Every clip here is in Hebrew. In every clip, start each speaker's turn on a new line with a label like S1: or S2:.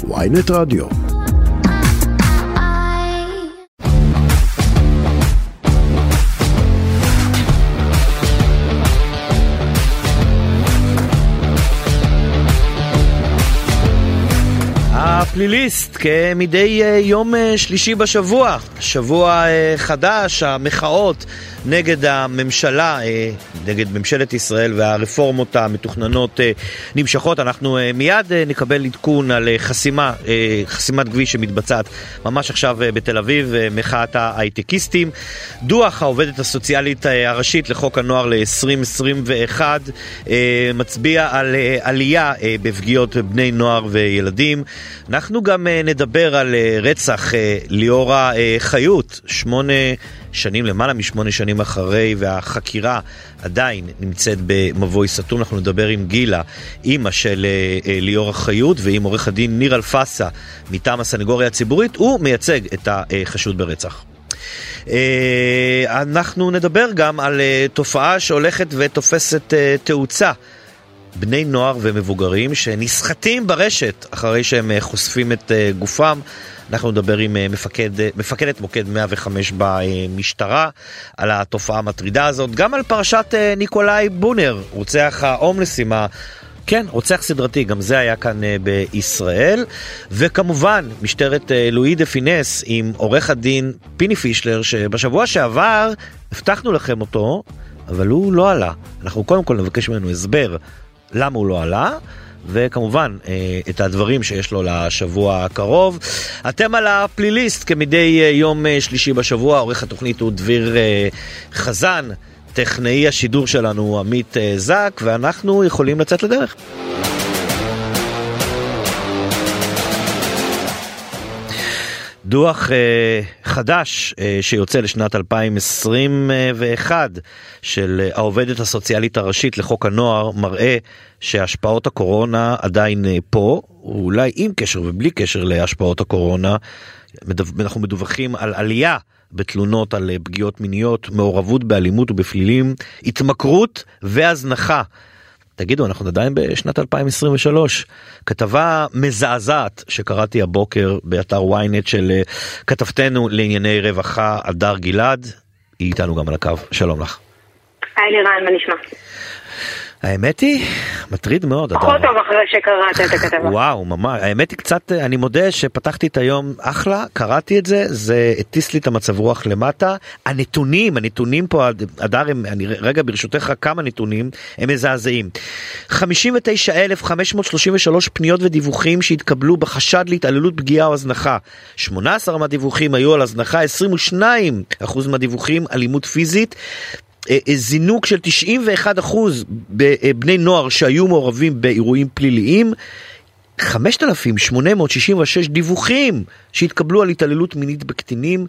S1: ynet רדיו.
S2: הפליליסט כמדי יום שלישי בשבוע, שבוע חדש, המחאות נגד הממשלה, נגד ממשלת ישראל והרפורמות המתוכננות נמשכות. אנחנו מיד נקבל עדכון על חסימת כביש שמתבצעת ממש עכשיו בתל אביב, מחאת ההייטקיסטים. דוח העובדת הסוציאלית הראשית לחוק הנוער ל-2021 מצביע על עלייה בפגיעות בני נוער וילדים. אנחנו גם נדבר על רצח ליאורה חיות, למעלה מ8 שנים אחרי, והחקירה עדיין נמצאת במבוי סתום. אנחנו נדבר עם גילה, אמא של ליאורה חיות, ועם עורך הדין ניר אלפסה מטעם הסנגוריה הציבורית, הוא מייצג את החשוד ברצח. אנחנו נדבר גם על תופעה שהולכת ותופסת תאוצה, בני נוער ומבוגרים שנסחטים ברשת אחרי שהם חושפים את גופם. אנחנו נדבר עם מפקדת מוקד 105 במשטרה על התופעה המטרידה הזאת, גם על פרשת ניקולאי בונר, רוצח ההומלסים, רוצח סדרתי, גם זה היה כאן בישראל. וכמובן משטרת לואי דה פינס עם עורך הדין פיני פישלר, שבשבוע שעבר הבטחנו לכם אותו, אבל הוא לא עלה. אנחנו קודם כל נבקש ממנו הסבר למה הוא לא עלה, וכמובן את הדברים שיש לו לשבוע הקרוב. אתם על הפליליסט כמדי יום שלישי בשבוע. עורך התוכנית הוא דביר חזן, טכנאי השידור שלנו עמית זק, ואנחנו יכולים לצאת לדרך. דוח חדש שיוצא לשנת 2021 של העובדת הסוציאלית הראשית לחוק הנוער מראה שהשפעות הקורונה עדיין פה, אולי עם קשר ובלי קשר להשפעות הקורונה. אנחנו מדווחים על עלייה בתלונות על פגיעות מיניות, מעורבות באלימות ובפלילים, התמכרות והזנחה. תגידו, אנחנו עדיין בשנת 2023. כתבה מזעזעת שקראתי הבוקר באתר ynet של כתבתנו לענייני רווחה הדר גלעד, היא איתנו גם על הקו. שלום לך.
S3: היי לירן, מה נשמע?
S2: האמת היא, מטריד מאוד.
S3: פחות טוב אחרי שקראת את הכתבה.
S2: וואו, ממש. האמת היא קצת, אני מודה שפתחתי את היום אחלה, קראתי את זה, זה הטיס לי את המצב רוח למטה. הנתונים פה, הדר, אני רגע ברשותך כמה נתונים, הם מזעזעים. 59,533 פניות ודיווחים שהתקבלו בחשד להתעללות, פגיעה או הזנחה. 18 מהדיווחים היו על הזנחה, 22% מהדיווחים אלימות פיזית, זינוק של 91% בבני נוער שהיו מעורבים באירועים פליליים, 5,866 דיווחים שהתקבלו על התעללות מינית בקטינים,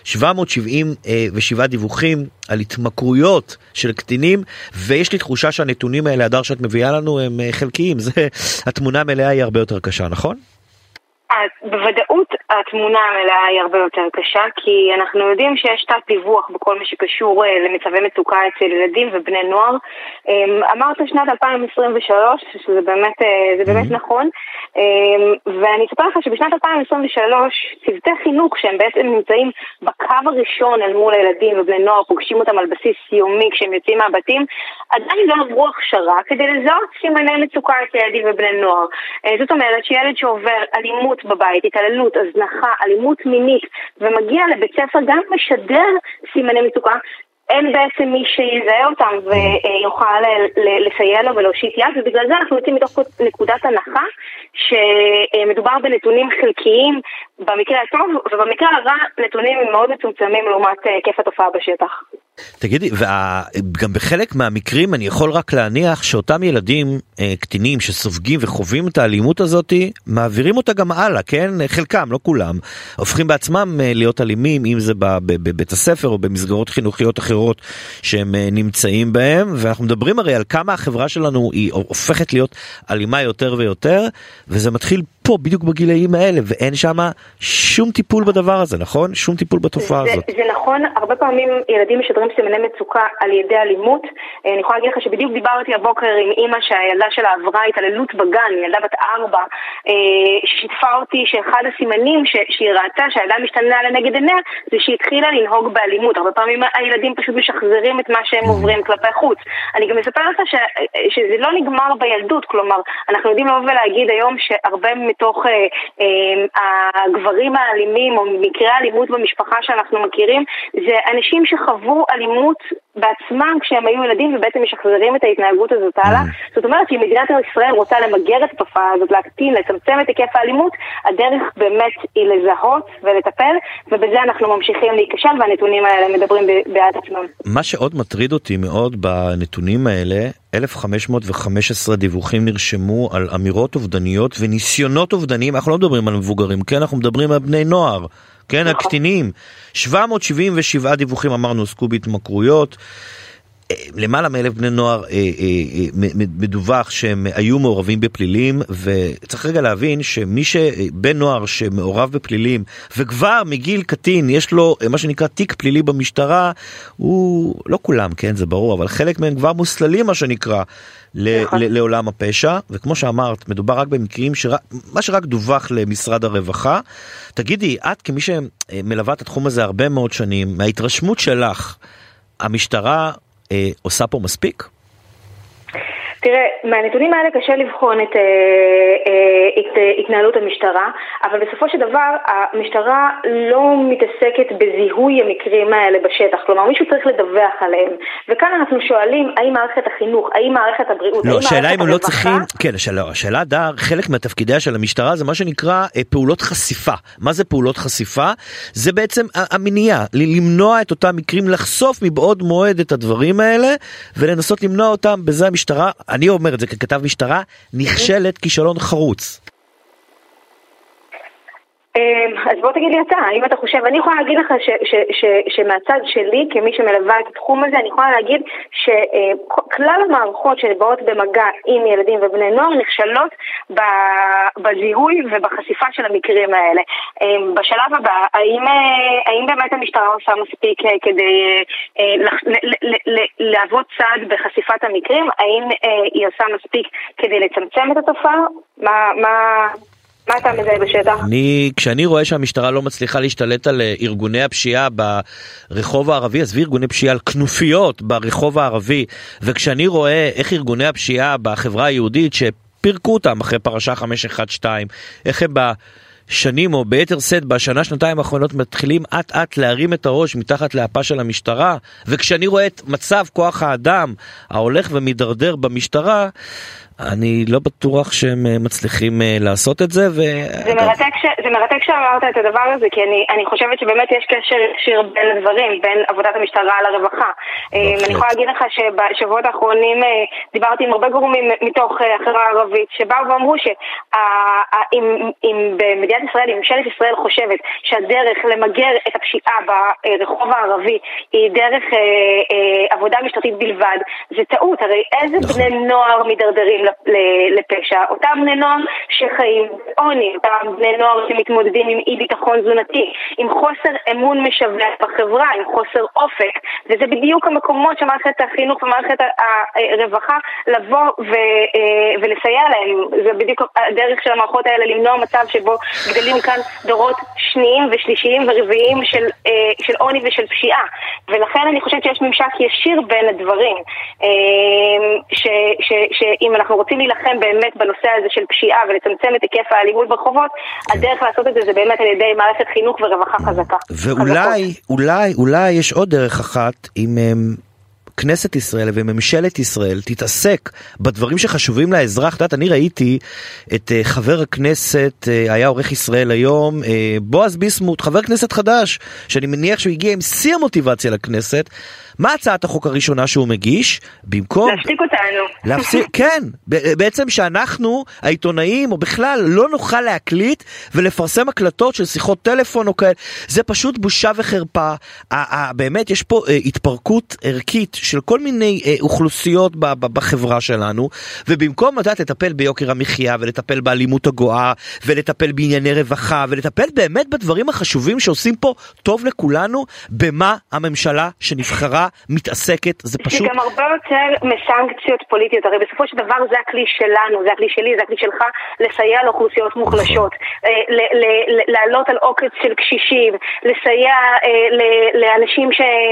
S2: 777 דיווחים על התמכרויות של קטינים, ויש לי תחושה שהנתונים האלה, הדר, שאת מביאה לנו, הם חלקיים. התמונה המלאה היא הרבה יותר קשה, נכון?
S3: בוודאות התמונה המלאה היא הרבה יותר קשה, כי אנחנו יודעים שיש תת דיווח בכל מה שקשור למצבי מצוקה אצל ילדים ובני נוער. אמרת שנת 2023, שזה באמת נכון, ואני אספר לך שבשנת 2023 צוותי חינוך שהם בעצם נמצאים בקו הראשון אל מול הילדים ובני נוער, פוגשים אותם על בסיס יומי כשהם יוצאים מהבתים, עדיין לא עברו הכשרה כדי לזהות סימני מצוקה אצל ילדים ובני נוער. זאת אומרת שילד שעובר אלימות בבית, התעללות, הזנחה, אלימות מינית, ומגיע לבית ספר גם משדר סימני מצוקה, אין בעצם מי שיזהה אותם ויוכל לסייע לו ולהושיט יד, ובגלל זה אנחנו יוצאים מתוך נקודת הנחה שמדובר בנתונים חלקיים במקרה הטוב, ובמקרה הרע נתונים מאוד מצומצמים לעומת היקף התופעה בשטח.
S2: תגידי, וגם בחלק מהמקרים אני יכול רק להניח שאותם ילדים קטינים שסופגים וחווים את האלימות הזאת, מעבירים אותה גם הלאה, כן? חלקם, לא כולם, הופכים בעצמם להיות אלימים, אם זה בבית הספר או במסגרות חינוכיות אחרות שהם נמצאים בהם, ואנחנו מדברים הרי על כמה החברה שלנו היא הופכת להיות אלימה יותר ויותר, וזה מתחיל פה בדיוק בגילאים האלה, ואין שם שום טיפול בדבר הזה, נכון? שום טיפול בתופעה הזאת.
S3: זה נכון, הרבה פעמים ילדים משדרים סימני מצוקה על ידי אלימות. אני יכולה להגיד לך שבדיוק דיברתי הבוקר עם אמא שהילדה שלה עברה התעללות בגן, ילדה בת 4, ששיתפה אותי שאחד הסימנים שהיא ראתה שהילדה משתנה לנגד עיניה, זה שהיא התחילה לנהוג באלימות. הרבה פעמים הילדים פשוט משחזרים את מה שהם עוברים כלפי חוץ. אני גם מספר לך שזה לא נגמר בילדות, כלומר, אנחנו יודעים לבוא ולהגיד היום שהרבה מתוך הגברים האלימים או מקרי האלימות במשפחה שאנחנו מכירים, זה אנשים שחוו אלימות בעצמם כשהם היו ילדים ובעצם משחזרים את ההתנהגות הזאת הלאה. זאת אומרת שאם מדינת ישראל רוצה למגר את התופעה הזאת, להקטין, לצמצם את היקף האלימות, הדרך באמת היא לזהות ולטפל, ובזה אנחנו ממשיכים להיכשל, והנתונים האלה מדברים בעד עצמם.
S2: מה שעוד מטריד אותי מאוד בנתונים האלה, 1,515 דיווחים נרשמו על אמירות אובדניות וניסיונות אובדניים. אנחנו לא מדברים על מבוגרים, כן, אנחנו מדברים על בני נוער, כן, הקטינים. 777 דיווחים אמרנו עסקו בהתמכרויות, למעלה מ1,000 בני נוער מדווח שהם היו מעורבים בפלילים, וצריך רגע להבין שמי שבן נוער שמעורב בפלילים וכבר מגיל קטין יש לו מה שנקרא תיק פלילי במשטרה, הוא לא כולם, כן, זה ברור, אבל חלק מהם כבר מוסללים מה שנקרא לעולם הפשע, וכמו שאמרת מדובר רק במקרים מה שרק דווח למשרד הרווחה. תגידי, את כמי שמלווה את התחום הזה הרבה מאוד שנים, מההתרשמות שלך, המשטרה עושה פה מספיק?
S3: תראה, מהנתונים האלה קשה לבחון את התנהלות המשטרה, אבל בסופו של דבר המשטרה לא מתעסקת בזיהוי המקרים האלה בשטח, כלומר מישהו צריך לדווח עליהם, וכאן אנחנו שואלים האם מערכת החינוך, האם מערכת הבריאות,
S2: לא, השאלה אם הם לא צריכים, כן, השאלה דר, חלק מהתפקידיה של המשטרה זה מה שנקרא פעולות חשיפה. מה זה פעולות חשיפה? זה בעצם המניעה, למנוע את אותם מקרים, לחשוף מבעוד מועד את הדברים האלה, ולנסות למנוע אותם. בזה המשטרה, אני אומר את זה ככתב משטרה, נכשלת כישלון חרוץ.
S3: אז בוא תגיד לי אתה, האם אתה חושב, אני יכולה להגיד לך שמהצד שלי, כמי שמלווה את התחום הזה, אני יכולה להגיד שכלל המערכות שבאות במגע עם ילדים ובני נוער נכשלות בזיהוי ובחשיפה של המקרים האלה. בשלב הבא, האם באמת המשטרה עושה מספיק כדי לעבוד צעד בחשיפת המקרים? האם היא עושה מספיק כדי לצמצם את התופעה? מה אתה מזהה בשטח?
S2: כשאני רואה שהמשטרה לא מצליחה להשתלט על ארגוני הפשיעה ברחוב הערבי, עזבי ארגוני פשיעה, על כנופיות ברחוב הערבי, וכשאני רואה איך ארגוני הפשיעה בחברה היהודית שפירקו אותם אחרי פרשה 512, איך הם בשנים או ביתר סט בשנה שנתיים האחרונות מתחילים עט להרים את הראש מתחת לאפה של המשטרה, וכשאני רואה את מצב כוח האדם ההולך ומדרדר במשטרה, אני לא בטוח שהם מצליחים לעשות את זה.
S3: זה מרתק שאמרת את הדבר הזה, כי אני חושבת שבאמת יש קשר ישיר בין הדברים, בין עבודת המשטרה על הרווחה. אני יכולה להגיד לך שבשבועות האחרונים דיברתי עם הרבה גורמים מתוך החברה הערבית, שבאו ואמרו שאם במדינת ישראל, אם ממשלת ישראל חושבת שהדרך למגר את הפשיעה ברחוב הערבי היא דרך עבודה משטרתית בלבד, זה טעות. הרי איזה בני נוער מדרדרים לפשע, אותם בני נוער שחיים עוני, אותם בני נוער שמתמודדים עם אי ביטחון תזונתי, עם חוסר אמון משווע בחברה, עם חוסר אופק, וזה בדיוק המקומות שמערכת החינוך ומערכת הרווחה לבוא ולסייע להם. זה בדיוק הדרך של המערכות האלה למנוע מצב שבו גדלים כאן דורות שניים ושלישיים ורביעיים של עוני ושל פשיעה, ולכן אני חושבת שיש ממשק ישיר בין הדברים, שאם אנחנו רוצים להילחם באמת בנושא הזה של פשיעה ולצמצם את היקף האלימות ברחובות, הדרך לעשות את זה באמת על ידי מערכת חינוך ורווחה חזקה.
S2: ואולי יש עוד דרך אחת, אם כנסת ישראל וממשלת ישראל תתעסק בדברים שחשובים לאזרח. אני ראיתי את חבר הכנסת, היה עורך ישראל היום, בועז ביסמוט, חבר כנסת חדש, שאני מניח שהוא הגיע עם שיא המוטיבציה לכנסת, מה הצעת החוק הראשונה שהוא מגיש? במקום...
S3: להפסיק אותנו.
S2: כן, בעצם שאנחנו, העיתונאים, או בכלל, לא נוכל להקליט ולפרסם הקלטות של שיחות טלפון או כאלה. זה פשוט בושה וחרפה. באמת, יש פה התפרקות ערכית של כל מיני אוכלוסיות בחברה שלנו, ובמקום לדעת לטפל ביוקר המחיה, ולטפל באלימות הגואה, ולטפל בענייני רווחה, ולטפל באמת בדברים החשובים שעושים פה טוב לכולנו, במה הממשלה שנבחרה מתעסקת, זה פשוט...
S3: זה גם הרבה יותר מסנקציות פוליטיות, הרי בסופו של דבר זה הכלי שלנו, זה הכלי שלי, זה הכלי שלך, לסייע לאוכלוסיות מוחלשות, לעלות על עוקץ של קשישים, לסייע לאנשים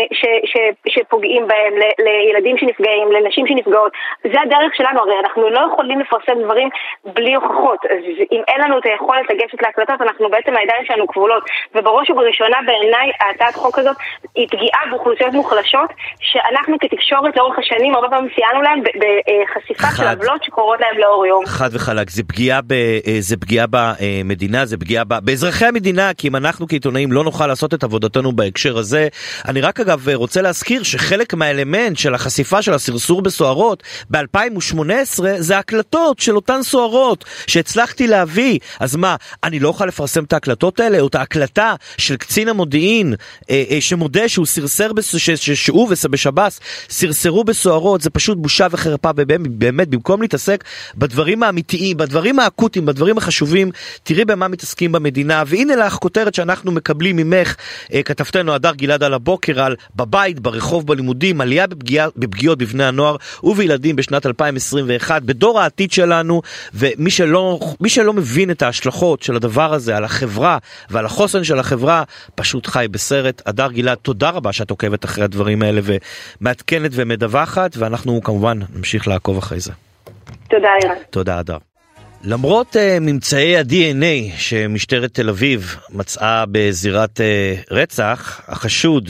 S3: שפוגעים בהם, לילדים שנפגעים, לנשים שנפגעות, זה הדרך שלנו, הרי אנחנו לא יכולים לפרסם דברים בלי הוכחות, אז אם אין לנו את היכולת לגשת להקלטות, אנחנו בעצם הידיים שלנו כבולות, ובראש ובראשונה בעיניי, הצעת החוק הזאת היא פגיעה באוכלוסיות מוחלשות, שאנחנו כתקשורת לאורך השנים הרבה פעמים סייענו להם בחשיפה של עוולות שקורות להם לאור יום.
S2: חד וחלק, זה פגיעה במדינה, זה פגיעה באזרחי המדינה, כי אם אנחנו כעיתונאים לא נוכל לעשות את עבודתנו בהקשר הזה. אני רק אגב רוצה להזכיר שחלק מהאלמנט של החשיפה של הסרסור בסוהרות ב-2018 זה הקלטות של אותן סוהרות שהצלחתי להביא. אז מה, אני לא אוכל לפרסם את ההקלטות האלה, או את ההקלטה של קצין המודיעין שמודה שהוא סרסר, שהוא ובשב"ס סרסרו בסוהרות, זה פשוט בושה וחרפה. באמת, במקום להתעסק בדברים האמיתיים, בדברים האקוטיים, בדברים החשובים, תראי במה מתעסקים במדינה. והנה לך כותרת שאנחנו מקבלים ממך, כתבתנו הדר גלעד על הבוקר, על בבית, ברחוב, בלימודים, עלייה בפגיעות בבני הנוער ובילדים בשנת 2021, בדור העתיד שלנו. ומי שלא מבין את ההשלכות של הדבר הזה על החברה ועל החוסן של החברה, פשוט חי בסרט. הדר גלעד, תודה רבה שאת עוקבת אחרי הדברים האלה ומעדכנת ומדווחת, ואנחנו כמובן נמשיך לעקוב אחרי זה.
S3: תודה, אירן.
S2: תודה, הדר. למרות ממצאי ה-DNA שמשטרת תל אביב מצאה בזירת רצח, החשוד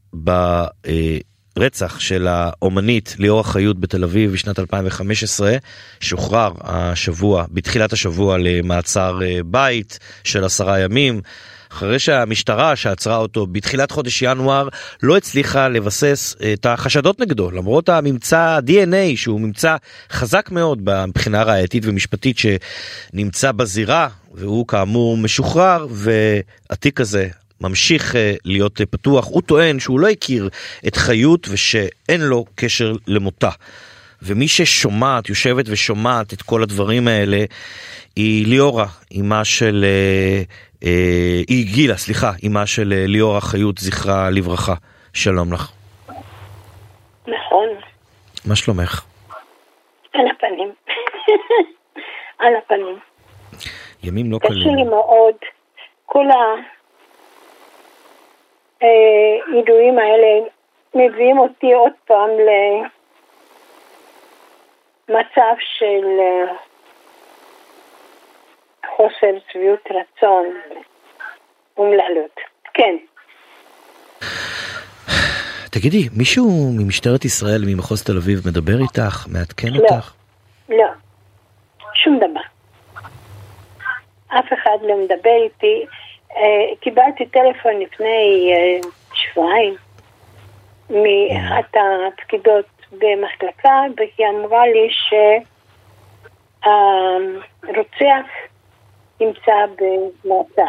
S2: ברצח של האומנית ליאורה חיות בתל אביב בשנת 2015 שוחרר בתחילת השבוע למעצר בית של 10 ימים, אחרי שהמשטרה שעצרה אותו בתחילת חודש ינואר לא הצליחה לבסס את החשדות נגדו, למרות הממצא DNA שהוא ממצא חזק מאוד מבחינה ראייתית ומשפטית שנמצא בזירה, והוא כאמור משוחרר, והתיק הזה ממשיך להיות פתוח. הוא טוען שהוא לא הכיר את חיות ושאין לו קשר למותה. ומי ששומעת, יושבת ושומעת את כל הדברים האלה, היא ליאורה, היא גילה, אימה של ליאורה חיות, זכרה לברכה. שלום לך.
S1: נכון.
S2: מה שלומך?
S1: על הפנים. על הפנים.
S2: ימים לא קלים.
S1: קשה לי מאוד. כל הידועים האלה מביאים אותי עוד פעם למצב של חוסר שביעות רצון ומללות. כן.
S2: תגידי, מישהו ממשטרת ישראל, ממחוז תל אביב, מדבר איתך, מעדכן אותך?
S1: לא, שום דבר. אף אחד לא מדבר איתי. קיבלתי טלפון לפני שבועיים מאחת הפקידות במחלקה, והיא אמרה לי שהרוצח נמצא במעצר.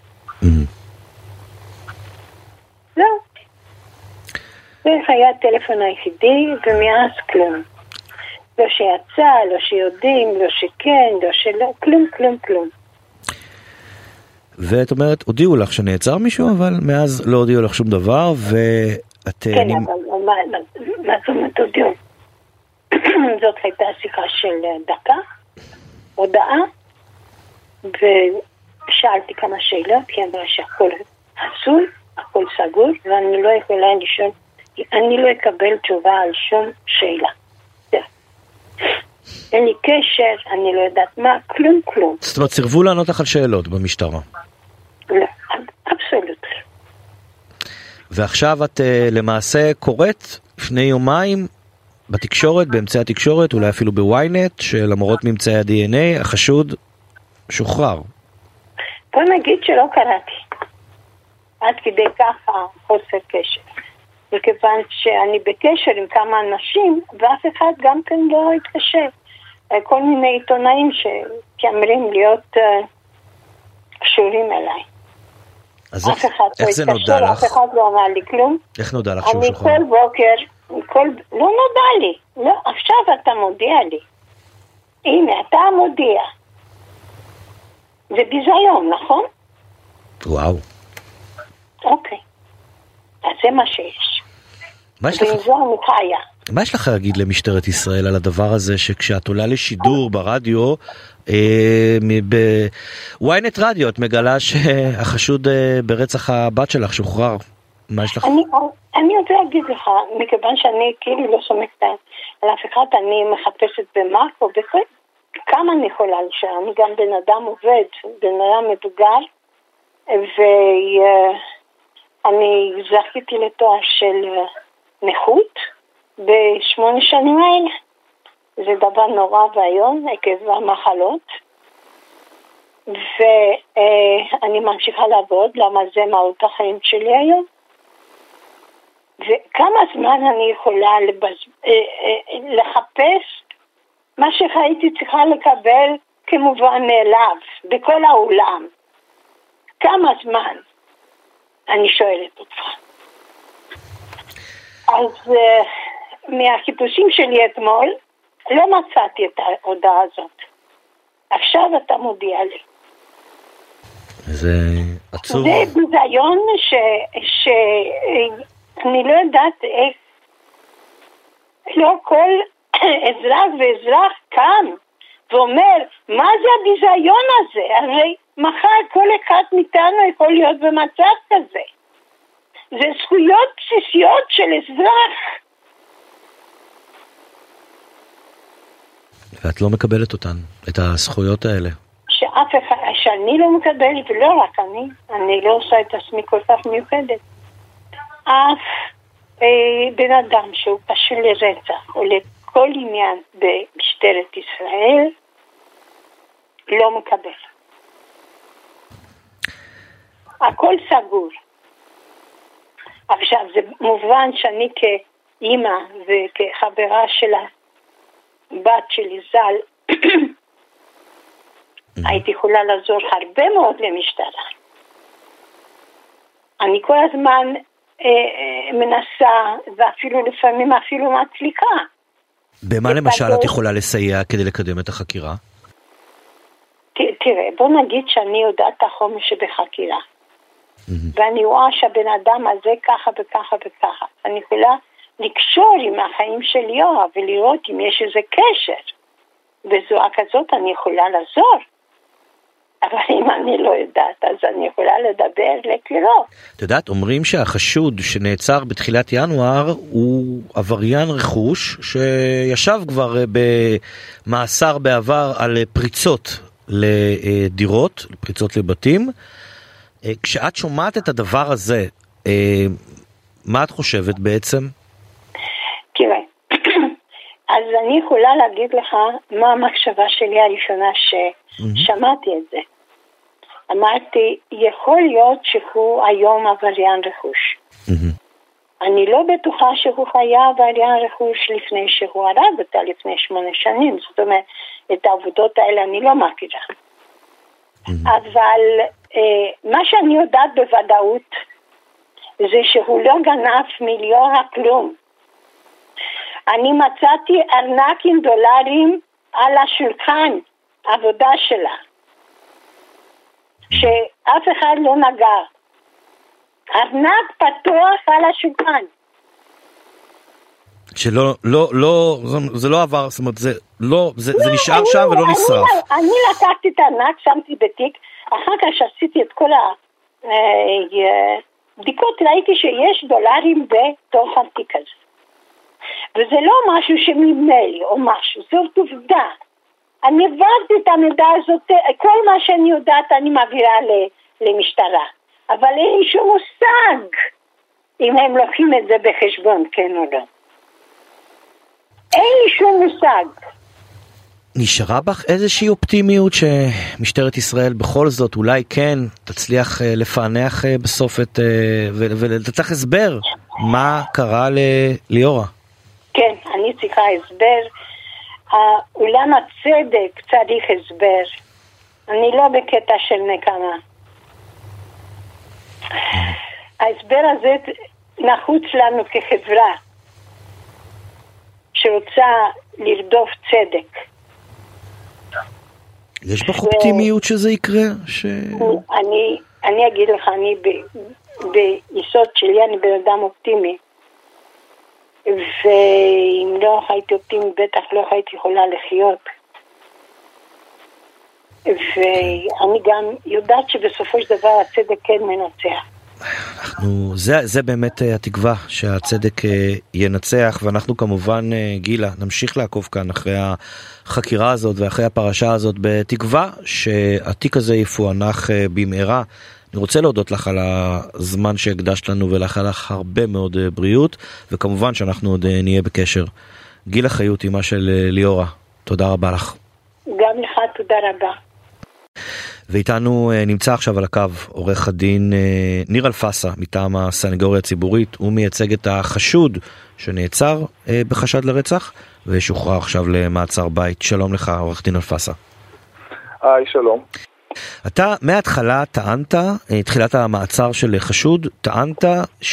S1: לא. זה היה הטלפון היחידי, ומאז כלום. לא שיצא, לא שיודעים, לא שכן, לא שלא, כלום.
S2: ואת אומרת, הודיעו לך שנעצר מישהו, אבל מאז לא הודיעו לך שום דבר, ואת...
S1: כן, אבל מה זאת אומרת הודיעו? זאת הייתה שיחה של דקה, הודעה, ושאלתי כמה שאלות, כי אמרה שהכל חסוי, הכל סגור, ואני לא יכולה לשאול, אני לא אקבל תשובה על שום שאלה. אין לי קשר, אני לא יודעת מה, כלום.
S2: זאת אומרת, סירבו לענות לך על שאלות במשטרה?
S1: לא, אבסולוט.
S2: ועכשיו את למעשה קוראת לפני יומיים בתקשורת, באמצעי התקשורת, אולי אפילו בוויינט, שלמרות ממצאי ה-DNA, החשוד שוחרר.
S1: בוא נגיד שלא קראתי. עד כדי ככה חוסר קשר. מכיוון שאני בקשר עם כמה אנשים, ואף אחד גם כן לא התקשר. כל מיני עיתונאים שכאמרים להיות קשורים אליי.
S2: אז איך זה נודע לך?
S1: אף אחד לא אמר לי כלום.
S2: איך נודע לך שהוא שוחרר?
S1: אני כל בוקר, לא נודע לי. לא, עכשיו אתה מודיע לי. הנה, אתה מודיע. זה ביזיון, נכון?
S2: וואו.
S1: אוקיי. אז זה מה שיש.
S2: מה יש לך?
S1: וזו מחיה.
S2: מה יש לך להגיד למשטרת ישראל על הדבר הזה שכשאת עולה לשידור ברדיו, בוויינט רדיו את מגלה שהחשוד ברצח הבת שלך שוחרר? מה יש לך?
S1: אני רוצה להגיד לך, מכיוון שאני כאילו לא סומכת על אף אחד, אני מחפשת במאקו, כמה אני יכולה לשאול, אני גם בן אדם עובד, בן אדם מבוגר, ואני זכיתי לתואר של נכות ב8 שנים האלה. זה דבר נורא והיום, עקב המחלות, ואני ממשיכה לעבוד, למה זה מהות החיים שלי היום. וכמה זמן אני יכולה לחפש מה שהייתי צריכה לקבל כמובן מאליו, בכל העולם. כמה זמן? אני שואלת אותך. אז מהחיפושים שלי אתמול, לא מצאתי את ההודעה הזאת. עכשיו אתה מודיע לי.
S2: זה עצוב.
S1: זה ביזיון שאני לא יודעת איך. לא כל אזרח ואזרח קם ואומר, מה זה הביזיון הזה? הרי מחר כל אחד מאיתנו יכול להיות במצב כזה. זה זכויות בסיסיות של אזרח.
S2: ואת לא מקבלת אותן, את הזכויות האלה.
S1: שאני לא מקבלת, ולא רק אני לא עושה את עצמי כל כך מיוחדת. אף בן אדם שהוא קשור לרצח או לכל עניין במשטרת ישראל לא מקבל. הכל סגור. עכשיו זה מובן שאני כאימא וכחברה של הבת שלי ז"ל הייתי יכולה לעזור הרבה מאוד למשטרה. אני כל הזמן מנסה, ואפילו לפעמים אפילו מצליקה.
S2: במה למשל את יכולה לסייע כדי לקדם את החקירה?
S1: תראה, בוא נגיד שאני יודעת את החומר שבחקירה. ואני רואה שהבן אדם הזה ככה וככה וככה. אני יכולה לקשור עם החיים של יואב ולראות אם יש איזה קשר. וזוהה כזאת אני יכולה לעזור. אבל אם אני לא יודעת, אז אני יכולה לדבר לקירות.
S2: את יודעת, אומרים שהחשוד שנעצר בתחילת ינואר הוא עבריין רכוש שישב כבר במאסר בעבר על פריצות לדירות, פריצות לבתים. כשאת שומעת את הדבר הזה, מה את חושבת בעצם?
S1: תראה, אז אני יכולה להגיד לך מה המחשבה שלי הראשונה ששמעתי את זה. אמרתי, יכול להיות שהוא היום עבריין רכוש. אני לא בטוחה שהוא היה עבריין רכוש לפני שהוא הרג אותה לפני 8 שנים. זאת אומרת, את העבודות האלה אני לא מכירה. אבל מה שאני יודעת בוודאות זה שהוא לא גנב מיליון כלום. אני מצאתי ארנק עם דולרים על השולחן, עבודה שלה. שאף אחד לא נגע. ארנק פתוח על השולחן.
S2: זה לא עבר, זאת אומרת, זה נשאר שם ולא נשרף.
S1: אני לקחתי את הארנק, שמתי בתיק, אחר כך שעשיתי את כל הבדיקות, ראיתי שיש דולרים בתוך התיק הזה. וזה לא משהו שנדמה לי או משהו, זאת עובדה. אני עברתי את המידע הזאת, כל מה שאני יודעת אני מעבירה למשטרה. אבל אין לי שום מושג אם הם לוקחים את זה בחשבון, כן או לא. אין לי שום מושג.
S2: נשארה בך איזושהי אופטימיות שמשטרת ישראל בכל זאת אולי כן תצליח לפענח בסוף ולתצח הסבר מה קרה לליאורה?
S1: כן, אני צריכה הסבר. עולם הצדק צריך הסבר. אני לא בקטע של נקמה. ההסבר הזה נחוץ לנו כחברה שרוצה לרדוף צדק.
S2: יש בך אופטימיות שזה יקרה?
S1: אני אגיד לך, אני ביסוד שלי אני בן אדם אופטימי, ואם לא הייתי אופטימי בטח לא הייתי יכולה לחיות. ואני גם יודעת שבסופו של דבר הצדק כן מנצח.
S2: זה באמת התקווה שהצדק ינצח, ואנחנו כמובן, גילה, נמשיך לעקוב כאן אחרי החקירה הזאת ואחרי הפרשה הזאת, בתקווה שהתיק הזה יפוענח במהרה. אני רוצה להודות לך על הזמן שהקדשת לנו ולאחל לך הרבה מאוד בריאות, וכמובן שאנחנו עוד נהיה בקשר. גילה חיות, אמא של ליאורה, תודה רבה לך.
S1: גם לך תודה רבה.
S2: ואיתנו נמצא עכשיו על הקו עורך הדין ניר אלפסה מטעם הסנגוריה הציבורית. הוא מייצג את החשוד שנעצר בחשד לרצח ושוחרר עכשיו למעצר בית. שלום לך עורך דין אלפסה.
S4: היי, שלום.
S2: אתה מההתחלה טענת, תחילת המעצר של חשוד, טענת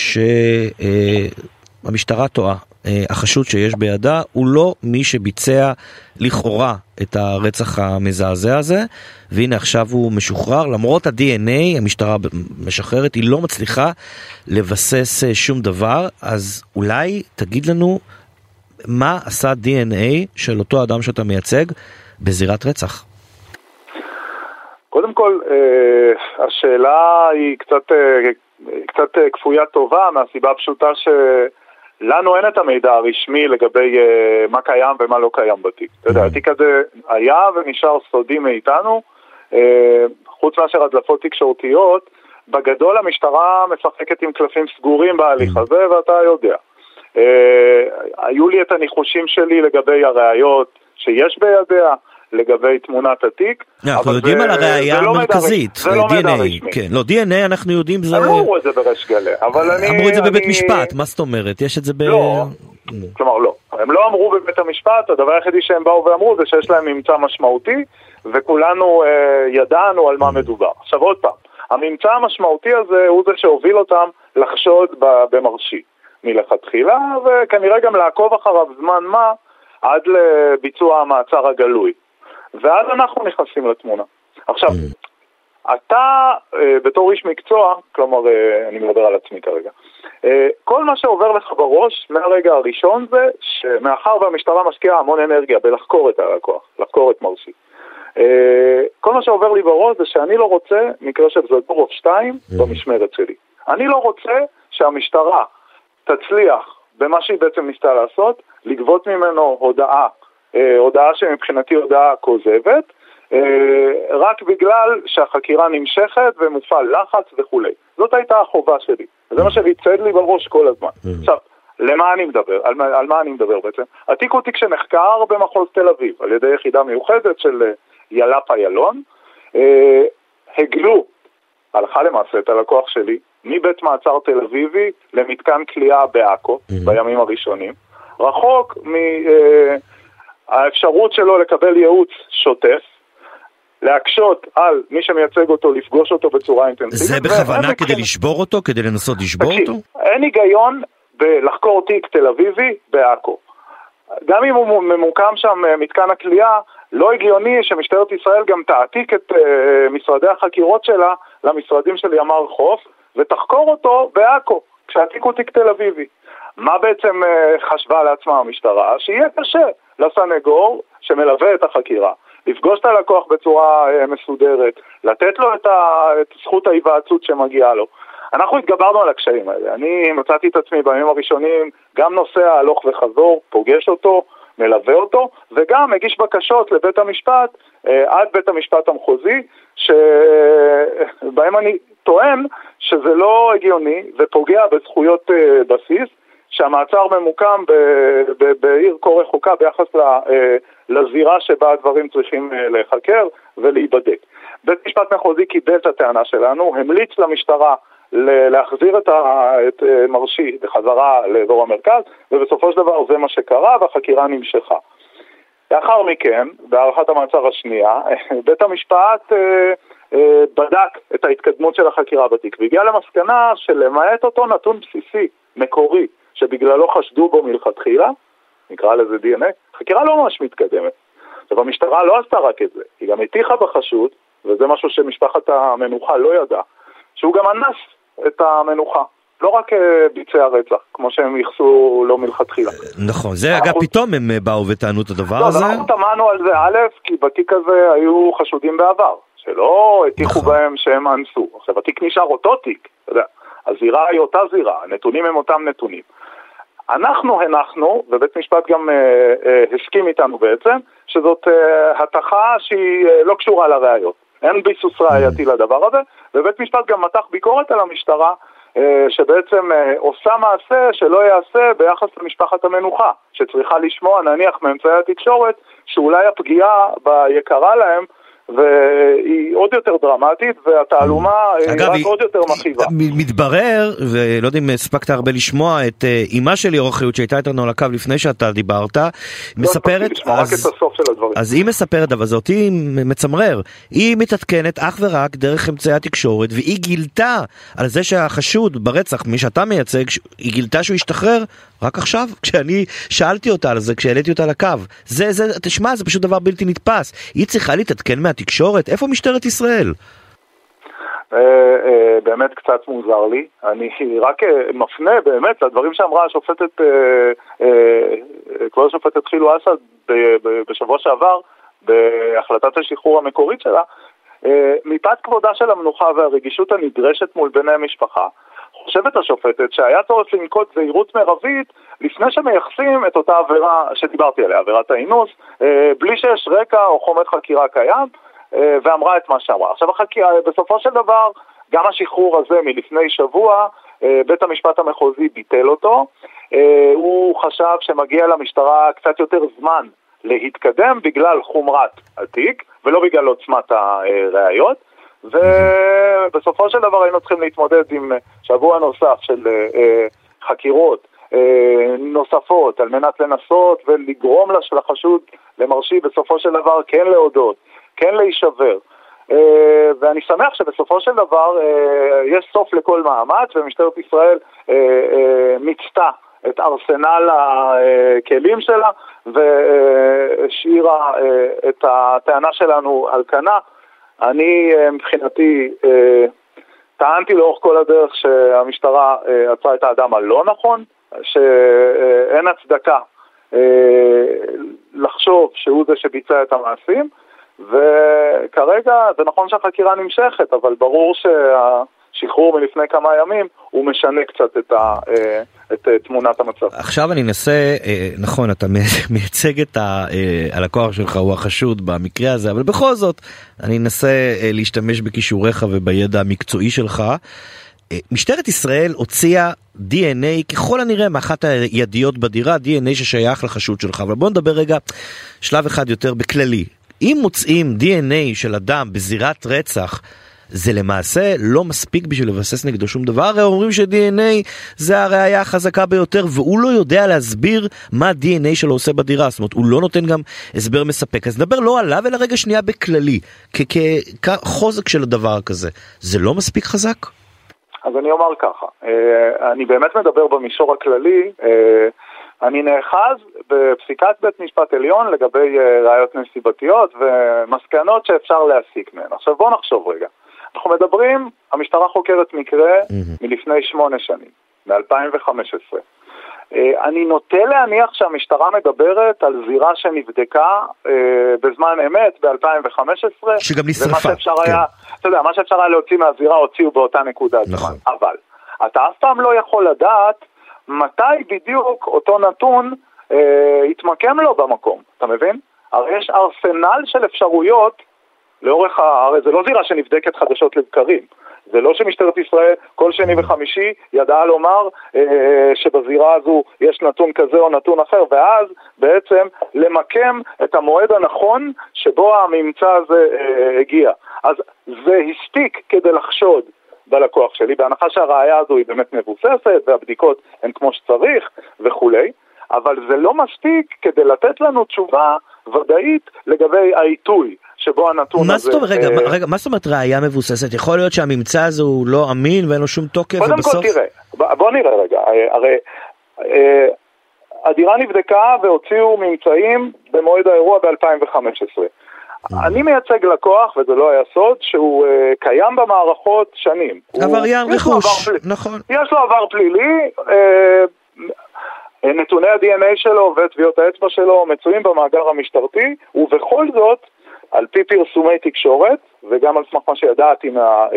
S2: שהמשטרה טועה. החשוד שיש בידה הוא לא מי שביצע לכאורה את הרצח המזעזע הזה, והנה עכשיו הוא משוחרר. למרות ה-DNA, המשטרה משחררת, היא לא מצליחה לבסס שום דבר. אז אולי תגיד לנו מה עשה DNA של אותו אדם שאתה מייצג בזירת רצח?
S4: קודם כל, השאלה היא קצת כפויה טובה, מהסיבה הפשוטה לנו אין את המידע הרשמי לגבי מה קיים ומה לא קיים בתיק. אתה יודע, התיק הזה היה ונשאר סודי מאיתנו, חוץ מאשר הדלפות תקשורתיות. בגדול המשטרה משחקת עם קלפים סגורים בהליך הזה, ואתה יודע. היו לי את הניחושים שלי לגבי הראיות שיש בידיה, לגבי תמונת התיק.
S2: אנחנו יודעים על הראייה המרכזית, DNA. כן, לא, DNA אנחנו יודעים זה...
S4: אמרו את זה בריש גלי, אבל אני...
S2: אמרו את זה בבית משפט, מה זאת אומרת? יש את זה ב...
S4: לא, כלומר לא. הם לא אמרו בבית המשפט, הדבר היחידי שהם באו ואמרו זה שיש להם ממצא משמעותי, וכולנו ידענו על מה מדובר. עכשיו עוד פעם, הממצא המשמעותי הזה הוא זה שהוביל אותם לחשוד במרשי מלכתחילה, וכנראה גם לעקוב אחריו זמן מה, עד לביצוע המעצר הגלוי. ואז אנחנו נכנסים לתמונה. עכשיו, אתה בתור איש מקצוע, כלומר, אני מדבר על עצמי כרגע, כל מה שעובר לך בראש מהרגע הראשון זה שמאחר והמשטרה משקיעה המון אנרגיה בלחקור את הלקוח, לחקור את מרשי. כל מה שעובר לי בראש זה שאני לא רוצה מקרה של זדורוב 2 במשמרת שלי. אני לא רוצה שהמשטרה תצליח במה שהיא בעצם ניסתה לעשות, לגבות ממנו הודעה שמבחינתי הודעה כוזבת, רק בגלל שהחקירה נמשכת ומופעל לחץ וכו'. זאת הייתה החובה שלי. זה מה שריצד לי בראש כל הזמן. עכשיו, למה אני מדבר? על מה אני מדבר בעצם? התיק הוא תיק שנחקר במחוז תל אביב, על ידי יחידה מיוחדת של יל"פ איילון. הגלו, הלכה למעשה, את הלקוח שלי, מבית מעצר תל אביבי למתקן כליאה בעכו, בימים הראשונים. רחוק מהאפשרות שלו לקבל ייעוץ שוטף, להקשות על מי שמייצג אותו, לפגוש אותו בצורה אינטנסיבית.
S2: זה בכוונה כדי לשבור אותו? כדי לנסות לשבור אותו?
S4: אין היגיון בלחקור תיק תל אביבי בעכו. גם אם הוא ממוקם שם מתקן הכליאה, לא הגיוני שמשטרת ישראל גם תעתיק את משרדי החקירות שלה למשרדים של ימ"ר חוף, ותחקור אותו בעכו, כשהתיק הוא תיק תל אביבי. מה בעצם חשבה לעצמה המשטרה? שיהיה קשה לסנגור שמלווה את החקירה, לפגוש את הלקוח בצורה מסודרת, לתת לו את זכות ההיוועצות שמגיעה לו. אנחנו התגברנו על הקשיים האלה. אני מצאתי את עצמי בימים הראשונים, גם נוסע הלוך וחזור, פוגש אותו, מלווה אותו, וגם מגיש בקשות לבית המשפט, עד בית המשפט המחוזי, שבהם אני טוען שזה לא הגיוני ופוגע בזכויות בסיס, שהמעצר ממוקם בעיר כה רחוקה ביחס לזירה שבה הדברים צריכים להיחקר ולהיבדק. בית משפט מחוזי קיבל את הטענה שלנו, המליץ למשטרה להחזיר את מרשי בחזרה לאזור המרכז, ובסופו של דבר זה מה שקרה, והחקירה נמשכה. לאחר מכן, בהארכת המעצר השנייה, בית המשפט בדק את ההתקדמות של החקירה בתיק, והגיע למסקנה שלמעט אותו נתון בסיסי, מקורי, שבגללו חשדו בו מלכתחילה, נקרא לזה DNA, חקירה לא ממש מתקדמת. עכשיו, המשטרה לא עשתה רק את זה, היא גם הטיחה בחשוד, וזה משהו שמשפחת המנוחה לא ידע, שהוא גם אנס את המנוחה. לא רק ביצע רצח, כמו שהם ייחסו לו מלכתחילה.
S2: נכון, זה אגב פתאום הם באו וטענו את הדבר הזה?
S4: אנחנו תמנו על זה א', כי בתיק הזה היו חשודים בעבר, שלא הטיחו בהם שהם אנסו. עכשיו, התיק נשאר אותו תיק, אתה יודע, הזירה היא אותה זירה, הנתונים הם אותם נתונים. אנחנו הנחנו, ובית משפט גם הסכים איתנו בעצם, שזאת התחה שהיא לא קשורה לראיות. אין ביסוס ראייתי לדבר הזה, ובית משפט גם מתח ביקורת על המשטרה, שבעצם עושה מעשה שלא יעשה ביחס למשפחת המנוחה, שצריכה לשמוע נניח מאמצעי התקשורת, שאולי הפגיעה ביקרה להם, והיא עוד יותר דרמטית, והתעלומה היא רק עוד יותר מכאיבה.
S2: מתברר, ולא יודע אם הספקת הרבה לשמוע, את אמא של ליאור חיות שהייתה איתנו על הקו לפני שאתה דיברת, מספרת, אז היא מספרת, אבל זה אותי מצמרר, היא מתעדכנת אך ורק דרך אמצעי התקשורת, והיא גילתה על זה שהחשוד ברצח, מי שאתה מייצג, היא גילתה שהוא ישתחרר רק עכשיו, כשאני שאלתי אותה על זה, כשהעליתי אותה לקו. תשמע, זה פשוט דבר בלתי נתפס. היא צריכה להתעדכן מהתקשורת? איפה משטרת ישראל?
S4: באמת קצת מוזר לי. אני רק מפנה באמת לדברים שאמרה השופטת, כבוד השופטת חילו אסד בשבוע שעבר, בהחלטת השחרור המקורית שלה, מפאת כבודה של המנוחה והרגישות הנדרשת מול בני המשפחה, חושבת השופטת שהיה צורך לנקוט זהירות מרבית לפני שמייחסים את אותה עבירה שדיברתי עליה, עבירת האינוס, בלי שיש רקע או חומר חקירה קיים, ואמרה את מה שאמרה. עכשיו החקירה, בסופו של דבר, גם השחרור הזה מלפני שבוע, בית המשפט המחוזי ביטל אותו, הוא חשב שמגיע למשטרה קצת יותר זמן להתקדם בגלל חומרת התיק, ולא בגלל עוצמת הראיות, ובסופו של דבר היינו צריכים להתמודד עם שבוע נוסף של חקירות נוספות על מנת לנסות ולגרום לחשוד למרשי בסופו של דבר כן להודות, כן להישבר, ואני שמח שבסופו של דבר יש סוף לכל מאמץ, ומשטרת ישראל מצתה את ארסנל הכלים שלה והשאירה את הטענה שלנו על כנה. אני מבחינתי טענתי לאורך כל הדרך שהמשטרה עצרה את האדם הלא נכון, שאין הצדקה לחשוב שהוא זה שביצע את המעשים, וכרגע זה נכון שהחקירה נמשכת, אבל ברור שהשחרור מלפני כמה ימים הוא משנה קצת את תמונת המצב.
S2: עכשיו אני אנסה, נכון, אתה מייצג את הלקוח שלך, הוא החשוד במקרה הזה, אבל בכל זאת אני אנסה להשתמש בכישוריך ובידע המקצועי שלך. משטרת ישראל הוציאה DNA ככל הנראה מאחת הידיות בדירה, DNA ששייך לחשוד שלך, אבל בוא נדבר רגע שלב אחד יותר בכללי. אם מוצאים DNA של אדם בזירת רצח, זה למעשה לא מספיק בשביל לבסס נגדו שום דבר. הרי אומרים ש-DNA זה הראיה החזקה ביותר, והוא לא יודע להסביר מה DNA שלו עושה בדירה, זאת אומרת, הוא לא נותן גם הסבר מספק. אז נדבר לא עליו, אלא רגע שנייה בכללי, כחוזק של הדבר כזה. זה לא מספיק חזק?
S4: אז אני אומר ככה, אני באמת מדבר במישור הכללי, אני נאחז בפסיקת בית משפט עליון לגבי ראיות נסיבתיות ומסקנות שאפשר להסיק מהן. עכשיו בוא נחשוב רגע. אנחנו מדברים, המשטרה חוקרת מקרה מלפני 8 שנים, מ-2015. אני נוטה להניח שהמשטרה מדברת על זירה שנבדקה בזמן אמת ב-2015.
S2: שגם נשרפה.
S4: אתה יודע, מה שאפשר היה להוציא מהזירה הוציאו באותה נקודה.
S2: נכון.
S4: אבל אתה אף פעם לא יכול לדעת מתי בדיוק אותו נתון יתמקם לו במקום. אתה מבין? הרי יש ארסנל של אפשרויות לאורך הרי זה לא זירה שנבדקת חדשות לבקרים. זה לא שמשטרת ישראל כל שני וחמישי ידעה לומר שבזירה הזו יש נתון כזה או נתון אחר, ואז בעצם למקם את המועד הנכון שבו הממצא הזה הגיע. אז זה הספיק כדי לחשוד בלקוח שלי, בהנחה שהראיה הזו היא באמת מבוססת, והבדיקות הן כמו שצריך וכולי, אבל זה לא מספיק כדי לתת לנו תשובה ודאית לגבי העיתוי שבו הנתון הזה...
S2: מה זאת אומרת ראיה מבוססת? יכול להיות שהממצא הזה הוא לא אמין ואין לו שום תוקף ובסוף...
S4: קודם כל תראה, בוא נראה רגע, הרי הדירה נבדקה והוציאו ממצאים במועד האירוע ב-2015. אני מייצג לקוח, וזה לא היה סוד, שהוא קיים במערכות שנים.
S2: עבריין רכוש, נכון.
S4: יש לו עבר פלילי, נתוני ה-DNA שלו וטביעות האצבע שלו מצויים במאגר המשטרתי, ובכל זאת, על פי פרסומי תקשורת, וגם על סמך מה שידעתי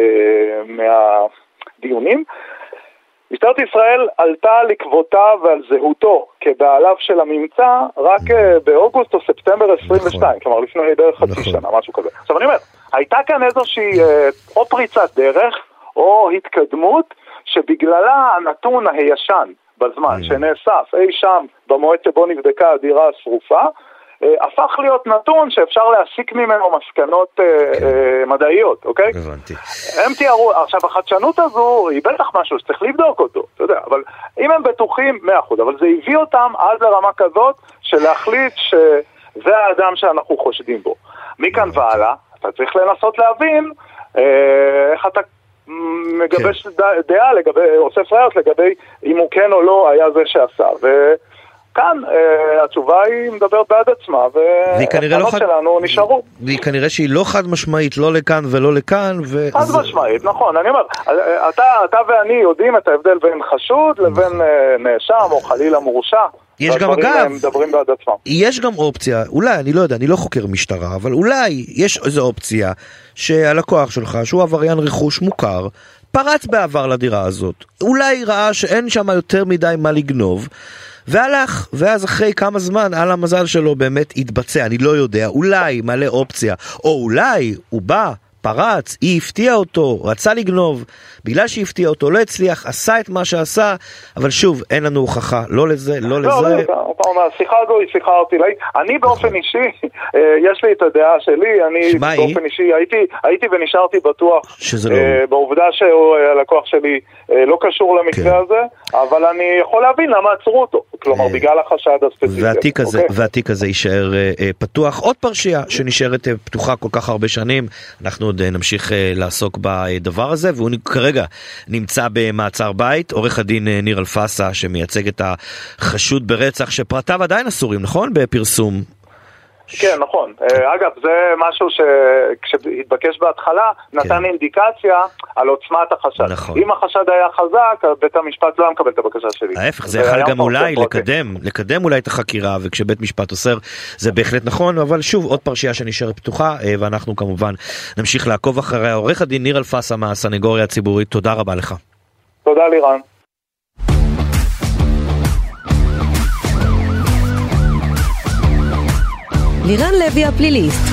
S4: מהדיונים, משטרת ישראל עלתה לקבותיו ועל זהותו כבעליו של הממצא רק באוגוסט או ספטמבר 22, כלומר לפני בערך חצי שנה, משהו כזה. עכשיו אני אומר, הייתה כאן איזושהי או פריצת דרך או התקדמות שבגללה הנתון הישן בזמן שנאסף אי שם במועד שבו נבדקה הדירה השרופה, הפך להיות נתון שאפשר להסיק ממנו מסקנות מדעיות, אוקיי?
S2: הבנתי.
S4: הם תיארו, עכשיו החדשנות הזו היא בטח משהו שצריך לבדוק אותו, אתה יודע, אבל אם הם בטוחים 100%, אבל זה הביא אותם עד לרמה כזאת של להחליט שזה האדם שאנחנו חושדים בו. מכאן והלאה, אתה צריך לנסות להבין איך אתה מגבש דעה לגבי, אוסף ראיות לגבי אם הוא כן או לא היה זה שעשה, כאן התשובה היא מדברת בעד עצמה, והטענות שלנו נשארו.
S2: והיא כנראה שהיא לא חד משמעית, לא לכאן ולא לכאן.
S4: חד משמעית, נכון. אני אומר, אתה ואני יודעים את ההבדל בין חשוד לבין נאשם או חלילה מורשע.
S2: יש גם אגב,
S4: מדברים בעד עצמם.
S2: יש גם אופציה, אולי, אני לא יודע, אני לא חוקר משטרה, אבל אולי יש איזו אופציה שהלקוח שלך, שהוא עבריין רכוש מוכר, פרץ בעבר לדירה הזאת. אולי ראה שאין שם יותר מדי מה לגנוב, והלך, ואז אחרי כמה זמן על המזל שלו באמת התבצע, אני לא יודע, אולי מלא אופציה, או אולי הוא בא, פרץ, היא הפתיעה אותו, רצה לגנוב, בגלל שהיא הפתיעה אותו, לא הצליח, עשה את מה שעשה, אבל שוב, אין לנו הוכחה, לא לזה, לא לזה.
S4: השיחה הזו היא שיחה ארטילאית. אני באופן אישי, יש לי את הדעה שלי, אני באופן אישי הייתי ונשארתי בטוח בעובדה שהלקוח שלי לא קשור למקרה הזה, אבל אני יכול להבין למה עצרו אותו, כלומר בגלל החשד הספציפי.
S2: והתיק הזה יישאר פתוח. עוד פרשייה שנשארת פתוחה כל כך הרבה שנים, אנחנו עוד נמשיך לעסוק בדבר הזה, והוא כרגע נמצא במעצר בית, עורך הדין ניר אלפסה שמייצג את החשוד ברצח שפרטיו עדיין אסורים, נכון? בפרסום.
S4: כן, נכון. אגב, זה משהו שכשהתבקש בהתחלה נתן אינדיקציה על עוצמת החשד. אם החשד היה חזק, בית המשפט לא מקבל את הבקשה שלי.
S2: ההפך, זה יכול גם אולי לקדם אולי את החקירה, וכשבית משפט אוסר, זה בהחלט נכון, אבל שוב, עוד פרשייה שנשארת פתוחה, ואנחנו כמובן נמשיך לעקוב אחריה. עורך הדין ניר אלפסה מהסנגוריה הציבורית, תודה רבה לך.
S4: תודה לירן.
S5: לירן לוי הפליליסט.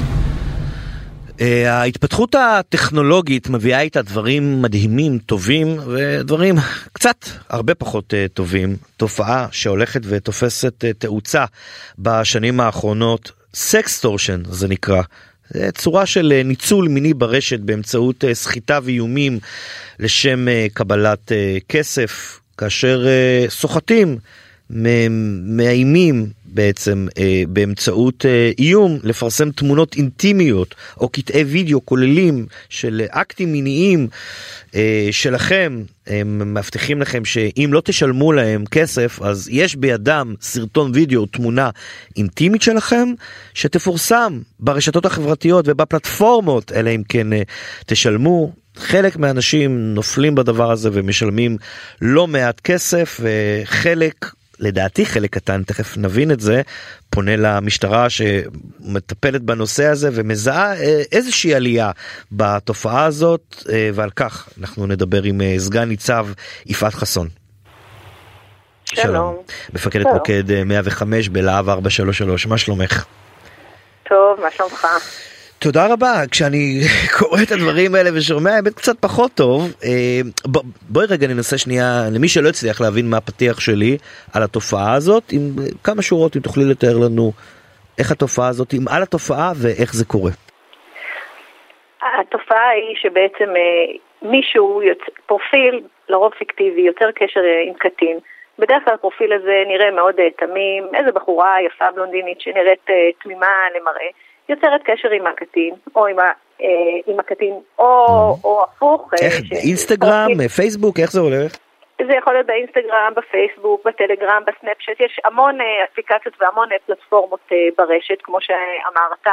S2: ההתפתחות הטכנולוגית מביאה איתה דברים מדהימים, טובים, ודברים קצת הרבה פחות טובים. תופעה שהולכת ותופסת תאוצה בשנים האחרונות, סקסטורשן זה נקרא. זה צורה של ניצול מיני ברשת באמצעות סחיטה ואיומים לשם קבלת כסף, כאשר סוחטים מאיימים בעצם באמצעות איום לפרסם תמונות אינטימיות או קטעי וידאו כוללים של אקטים מיניים שלכם. הם מבטיחים לכם שאם לא תשלמו להם כסף אז יש בידם סרטון וידאו, תמונה אינטימית שלכם שתפורסם ברשתות החברתיות ובפלטפורמות, אלא אם כן תשלמו. חלק מהאנשים נופלים בדבר הזה ומשלמים לא מעט כסף, וחלק, לדעתי חלק קטן, תכף נבין את זה, פונה למשטרה שמטפלת בנושא הזה ומזהה איזושהי עלייה בתופעה הזאת, ועל כך אנחנו נדבר עם סגן ניצב יפעת חסון.
S3: שלום.
S2: מפקדת מוקד 105 בלהב 433, מה שלומך?
S3: טוב, מה שלומך?
S2: תודה רבה. כשאני קורא את הדברים האלה ושומע, האמת קצת פחות טוב. בואי רגע ננסה שנייה, למי שלא הצליח להבין מה הפתיח שלי על התופעה הזאת, עם כמה שורות, אם תוכלי לתאר לנו איך התופעה הזאת, עם על התופעה ואיך זה קורה.
S6: התופעה היא שבעצם מישהו, פרופיל לרוב פיקטיבי, יוצר קשר עם קטין. בדרך כלל הפרופיל הזה נראה מאוד תמים, איזה בחורה יפה בלונדינית שנראית תמימה למראה, יוצרת קשר עם הקטין, או עם הקטין, או הפוך.
S2: איך? אינסטגרם, פייסבוק, איך זה הולך?
S6: זה יכול להיות באינסטגרם, בפייסבוק, בטלגרם, בסנאפצ'אט, יש המון אפליקציות והמון פלטפורמות ברשת, כמו שאמרת.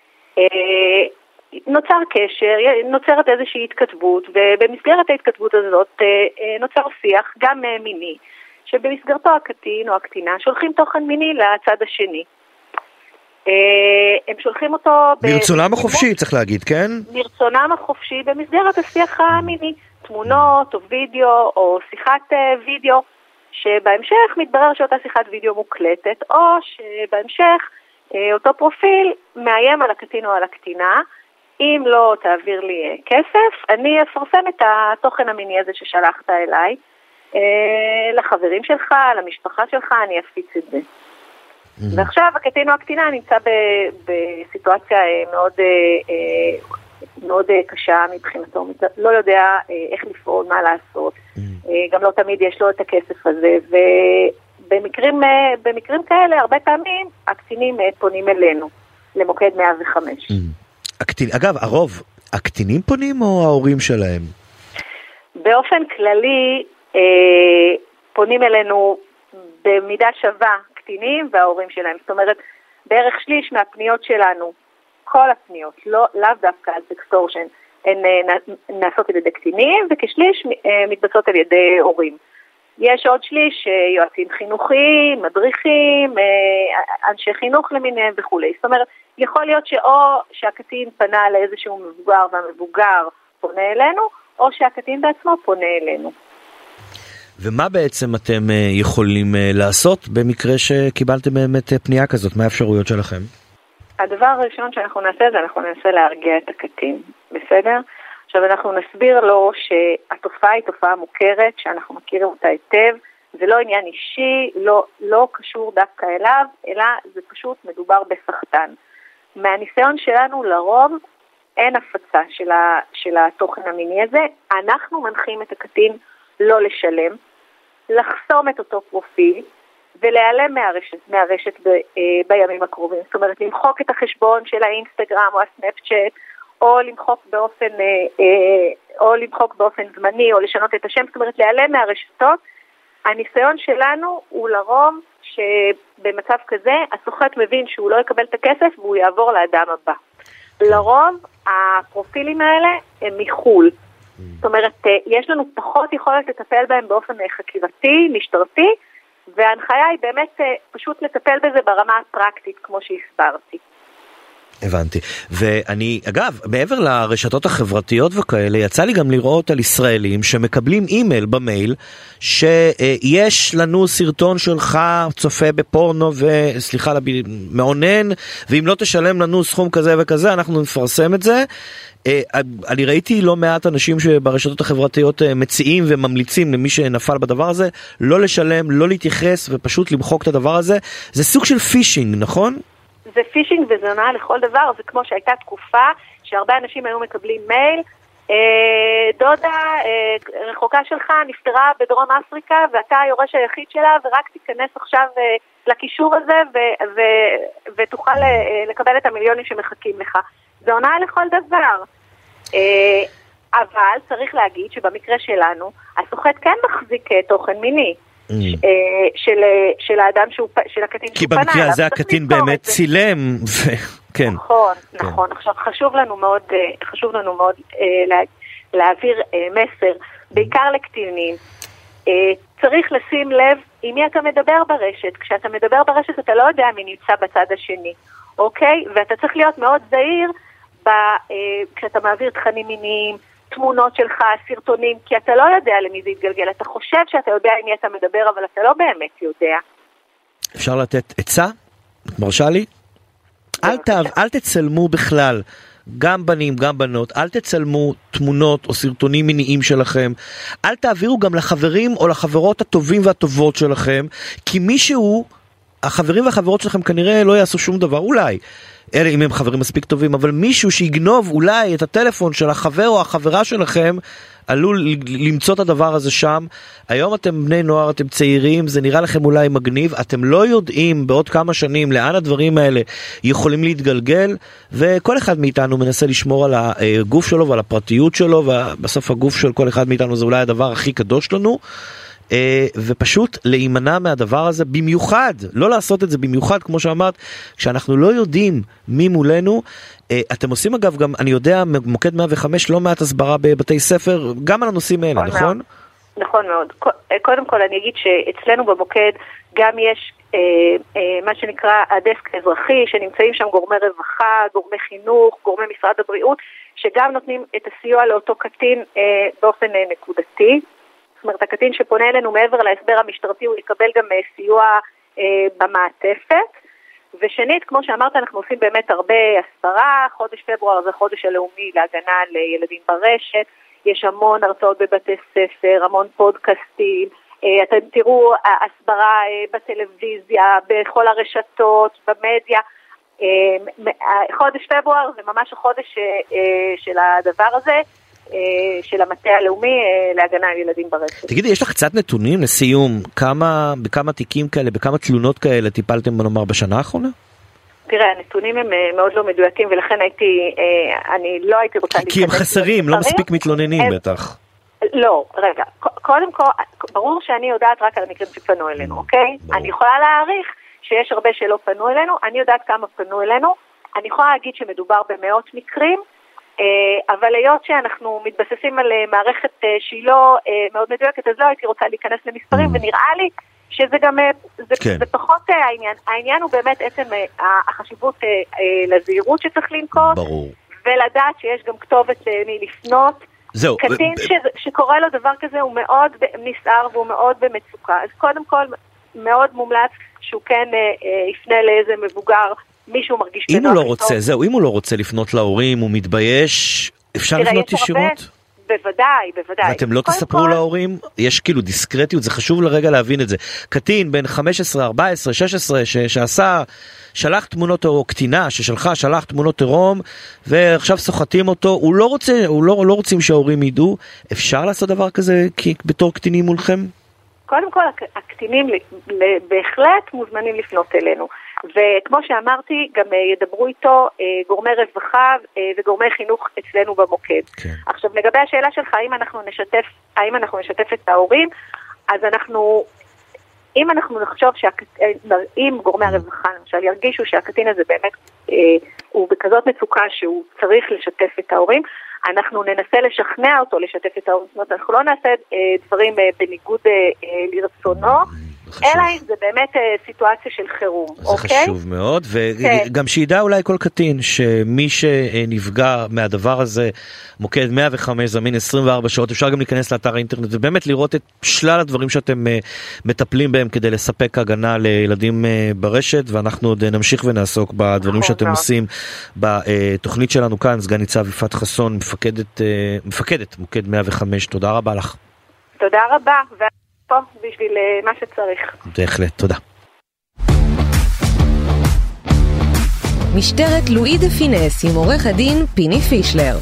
S6: נוצר קשר, נוצרת איזושהי התכתבות, ובמסגרת ההתכתבות הזאת נוצר שיח גם מיני, שבמסגרתו הקטין או הקטינה שולחים תוכן מיני לצד השני. הם שולחים אותו
S2: מרצונם החופשי, צריך להגיד, כן?
S6: מרצונם החופשי במסגרת השיח המיני, תמונות או וידאו או שיחת וידאו, שבהמשך מתברר שאותה שיחת וידאו מוקלטת, או שבהמשך אותו פרופיל מאיים על הקטין או על הקטינה, אם לא תעביר לי כסף, אני אפרסם את התוכן המיני הזה ששלחת אליי, לחברים שלך, למשפחה שלך, אני אפיץ את זה. ועכשיו הקטין או הקטינה נמצא בסיטואציה מאוד קשה מבחינתו, לא יודע איך לפעול, מה לעשות, גם לא תמיד יש לו את הכסף הזה, ובמקרים כאלה הרבה פעמים הקטינים פונים אלינו, למוקד 105.
S2: אגב, הרוב, הקטינים פונים או ההורים שלהם?
S6: באופן כללי פונים אלינו במידה שווה קטינים וההורים שלהם. זאת אומרת, בערך שליש מהפניות שלנו, כל הפניות, לאו דווקא על סקסטורשן, הן נעשות על ידי קטינים, וכשליש מתבצעות על ידי הורים. יש עוד שליש, יועצים חינוכיים, מדריכים, אנשי חינוך למיניהם וכו'. זאת אומרת, יכול להיות שאו שהקטין פנה לאיזשהו מבוגר והמבוגר פונה אלינו, או שהקטין בעצמו פונה אלינו.
S2: ומה בעצם אתם יכולים לעשות במקרה שקיבלתם באמת פנייה כזאת? מה האפשרויות שלכם?
S6: הדבר הראשון שאנחנו נעשה זה אנחנו ננסה להרגיע את הקטין, בסדר? עכשיו אנחנו נסביר לו שהתופעה היא תופעה מוכרת, שאנחנו מכירים אותה היטב, זה לא עניין אישי, לא קשור דווקא אליו, אלא זה פשוט מדובר בסחטן. מהניסיון שלנו לרוב אין הפצה של התוכן המיני הזה, אנחנו מנחים את הקטין לא לשלם, לחסום את אותו פרופיל ולהיעלם מהרשת בימים הקרובים. זאת אומרת, למחוק את החשבון של האינסטגרם או הסנאפצ'אט, או למחוק באופן זמני, או לשנות את השם, זאת אומרת, להיעלם מהרשתות. הניסיון שלנו הוא לרוב שבמצב כזה, הסוחט מבין שהוא לא יקבל את הכסף והוא יעבור לאדם הבא. לרוב, הפרופילים האלה הם מחול. זאת אומרת, יש לנו פחות יכולת לטפל בהם באופן חקירתי, משטרתי, וההנחיה היא באמת פשוט לטפל בזה ברמה הפרקטית, כמו שהסברתי.
S2: הבנתי. ואני, אגב, מעבר לרשתות החברתיות וכאלה, יצא לי גם לראות על ישראלים שמקבלים אימייל במייל, שיש לנו סרטון שלך צופה בפורנו וסליחה, מעונן, ואם לא תשלם לנו סכום כזה וכזה, אנחנו נפרסם את זה. אני ראיתי לא מעט אנשים שברשתות החברתיות מציעים וממליצים למי שנפל בדבר הזה, לא לשלם, לא להתייחס ופשוט למחוק את הדבר הזה. זה סוג של פישינג, נכון?
S6: זה פישינג וזה עונה לכל דבר, זה כמו שהייתה תקופה שהרבה אנשים היו מקבלים מייל, דודה רחוקה שלך נפטרה בדרום אפריקה ואתה היורש היחיד שלה ורק תיכנס עכשיו לקישור הזה ותוכל לקבל את המיליונים שמחכים לך. זה עונה לכל דבר. אבל צריך להגיד שבמקרה שלנו הסוחט כן מחזיק תוכן מיני. של האדם של הקטין
S2: כי במקרה הזה הקטין באמת צילם כן.
S6: נכון. עכשיו חשוב לנו מאוד להעביר מסר בעיקר לקטינים. צריך לשים לב עם מי אתה מדבר ברשת. כשאתה מדבר ברשת אתה לא יודע מי נמצא בצד השני, אוקיי? ואתה צריך להיות מאוד זהיר כשאתה מעביר תכנים מיניים, תמונות שלך, סרטונים, כי אתה לא יודע למי זה יתגלגל. אתה חושב שאתה יודע עם מי אתה מדבר, אבל אתה לא באמת יודע.
S2: אפשר לתת עצה? את מרשה לי? אל תצלמו בכלל, גם בנים, גם בנות, אל תצלמו תמונות או סרטונים מיניים שלכם. אל תעבירו גם לחברים או לחברות הטובים והטובות שלכם, כי מישהו, החברים והחברות שלכם כנראה לא יעשו שום דבר, אולי. אלה אם הם חברים מספיק טובים, אבל מישהו שיגנוב אולי את הטלפון של החבר או החברה שלכם, עלול למצוא את הדבר הזה שם. היום אתם בני נוער, אתם צעירים, זה נראה לכם אולי מגניב, אתם לא יודעים בעוד כמה שנים לאן הדברים האלה יכולים להתגלגל, וכל אחד מאיתנו מנסה לשמור על הגוף שלו ועל הפרטיות שלו, ובסוף הגוף של כל אחד מאיתנו זה אולי הדבר הכי קדוש לנו, ופשוט להימנע מהדבר הזה במיוחד, לא לעשות את זה במיוחד כמו שאמרת, כשאנחנו לא יודעים מי מולנו. אתם עושים אגב גם, אני יודע, מוקד 105 לא מעט הסברה בבתי ספר, גם על הנושאים האלה, נכון?
S6: נכון מאוד. קודם כל אני אגיד שאצלנו במוקד גם יש מה שנקרא הדסק האזרחי, שנמצאים שם גורמי רווחה, גורמי חינוך, גורמי משרד הבריאות, שגם נותנים את הסיוע לאותו קטין באופן נקודתי. זאת אומרת, הקטין שפונה אלינו מעבר להסבר המשטרתי, הוא יקבל גם סיוע במעטפת. ושנית, כמו שאמרת, אנחנו עושים באמת הרבה הסברה. חודש פברואר זה חודש הלאומי להגנה על ילדים ברשת. יש המון הרצאות בבתי ספר, המון פודקאסטים. אתם תראו הסברה בטלוויזיה, בכל הרשתות, במדיה. חודש פברואר זה ממש החודש של הדבר הזה. של המטה הלאומי להגנה על ילדים ברשת.
S2: תגידי, יש לך קצת נתונים לסיום, בכמה תיקים כאלה, בכמה תלונות כאלה טיפלתם נאמר בשנה האחרונה?
S6: תראה, הנתונים הם מאוד לא מדויקים, ולכן אני לא הייתי רוצה
S2: כי הם חסרים, לא מספיק מתלוננים בטח.
S6: לא, רגע, קודם כל, ברור שאני יודעת רק על המקרים שפנו אלינו, אוקיי? אני יכולה להעריך שיש הרבה שלא פנו אלינו, אני יודעת כמה פנו אלינו, אני יכולה להגיד שמדובר במאות מקרים, אבל היות שאנחנו מתבססים על מערכת שהיא לא מאוד מדויקת, אז לא הייתי רוצה להיכנס למספרים, ונראה לי שזה גם, זה פחות העניין. העניין הוא באמת עצם החשיבות לזהירות שצריך לנקוט, ולדעת שיש גם כתובת מלפנות. קטין שקורא לו דבר כזה הוא מאוד נסער והוא מאוד במצוקה. אז קודם כל מאוד מומלץ שהוא כן יפנה לאיזה מבוגר, מישהו מרגיש
S2: אם הוא לא רוצה, זהו, אם הוא לא רוצה לפנות להורים, הוא מתבייש, אפשר לפנות ישירות?
S6: בוודאי, בוודאי.
S2: ואתם לא תספרו להורים? יש כאילו דיסקרטיות, זה חשוב לרגע להבין את זה. קטין בין 15, 14, 16, שעשה, שלח תמונות, או קטינה שלח תמונות עירום, ועכשיו סוחטים אותו, הוא לא רוצה, לא רוצים שההורים ידעו. אפשר לעשות דבר כזה בתור קטינים מולכם?
S6: קודם כל, הקטינים בהחלט מוזמנים לפנות אלינו. וכמו שאמרתי, גם ידברו איתו גורמי רווחה וגורמי חינוך אצלנו במוקד. כן. עכשיו, לגבי השאלה שלך, האם אנחנו נשתף את ההורים, אז אם אנחנו נחשוב אם גורמי הרווחה, למשל, ירגישו שהקטין הזה באמת הוא בכזאת מצוקה שהוא צריך לשתף את ההורים, אנחנו ננסה לשכנע אותו לשתף את ההורים. זאת אומרת, אנחנו לא נעשה דברים בניגוד לרצונו, אלא אם זה באמת סיטואציה של חירום.
S2: זה חשוב מאוד, וגם שידע אולי כל קטין שמי שנפגע מהדבר הזה, מוקד 105 זמין 24 שעות, אפשר גם להיכנס לאתר האינטרנט ובאמת לראות את שלל הדברים שאתם מטפלים בהם כדי לספק הגנה לילדים ברשת, ואנחנו עוד נמשיך ונעסוק בדברים שאתם עושים בתוכנית שלנו כאן. סגן ניצב יפעת חסון, מפקדת מוקד 105, תודה רבה לך.
S6: תודה רבה, פה בשביל מה שצריך.
S2: בהחלט, תודה.
S5: משטרת לואי דה פינס עם עורך הדין פיני פישלר.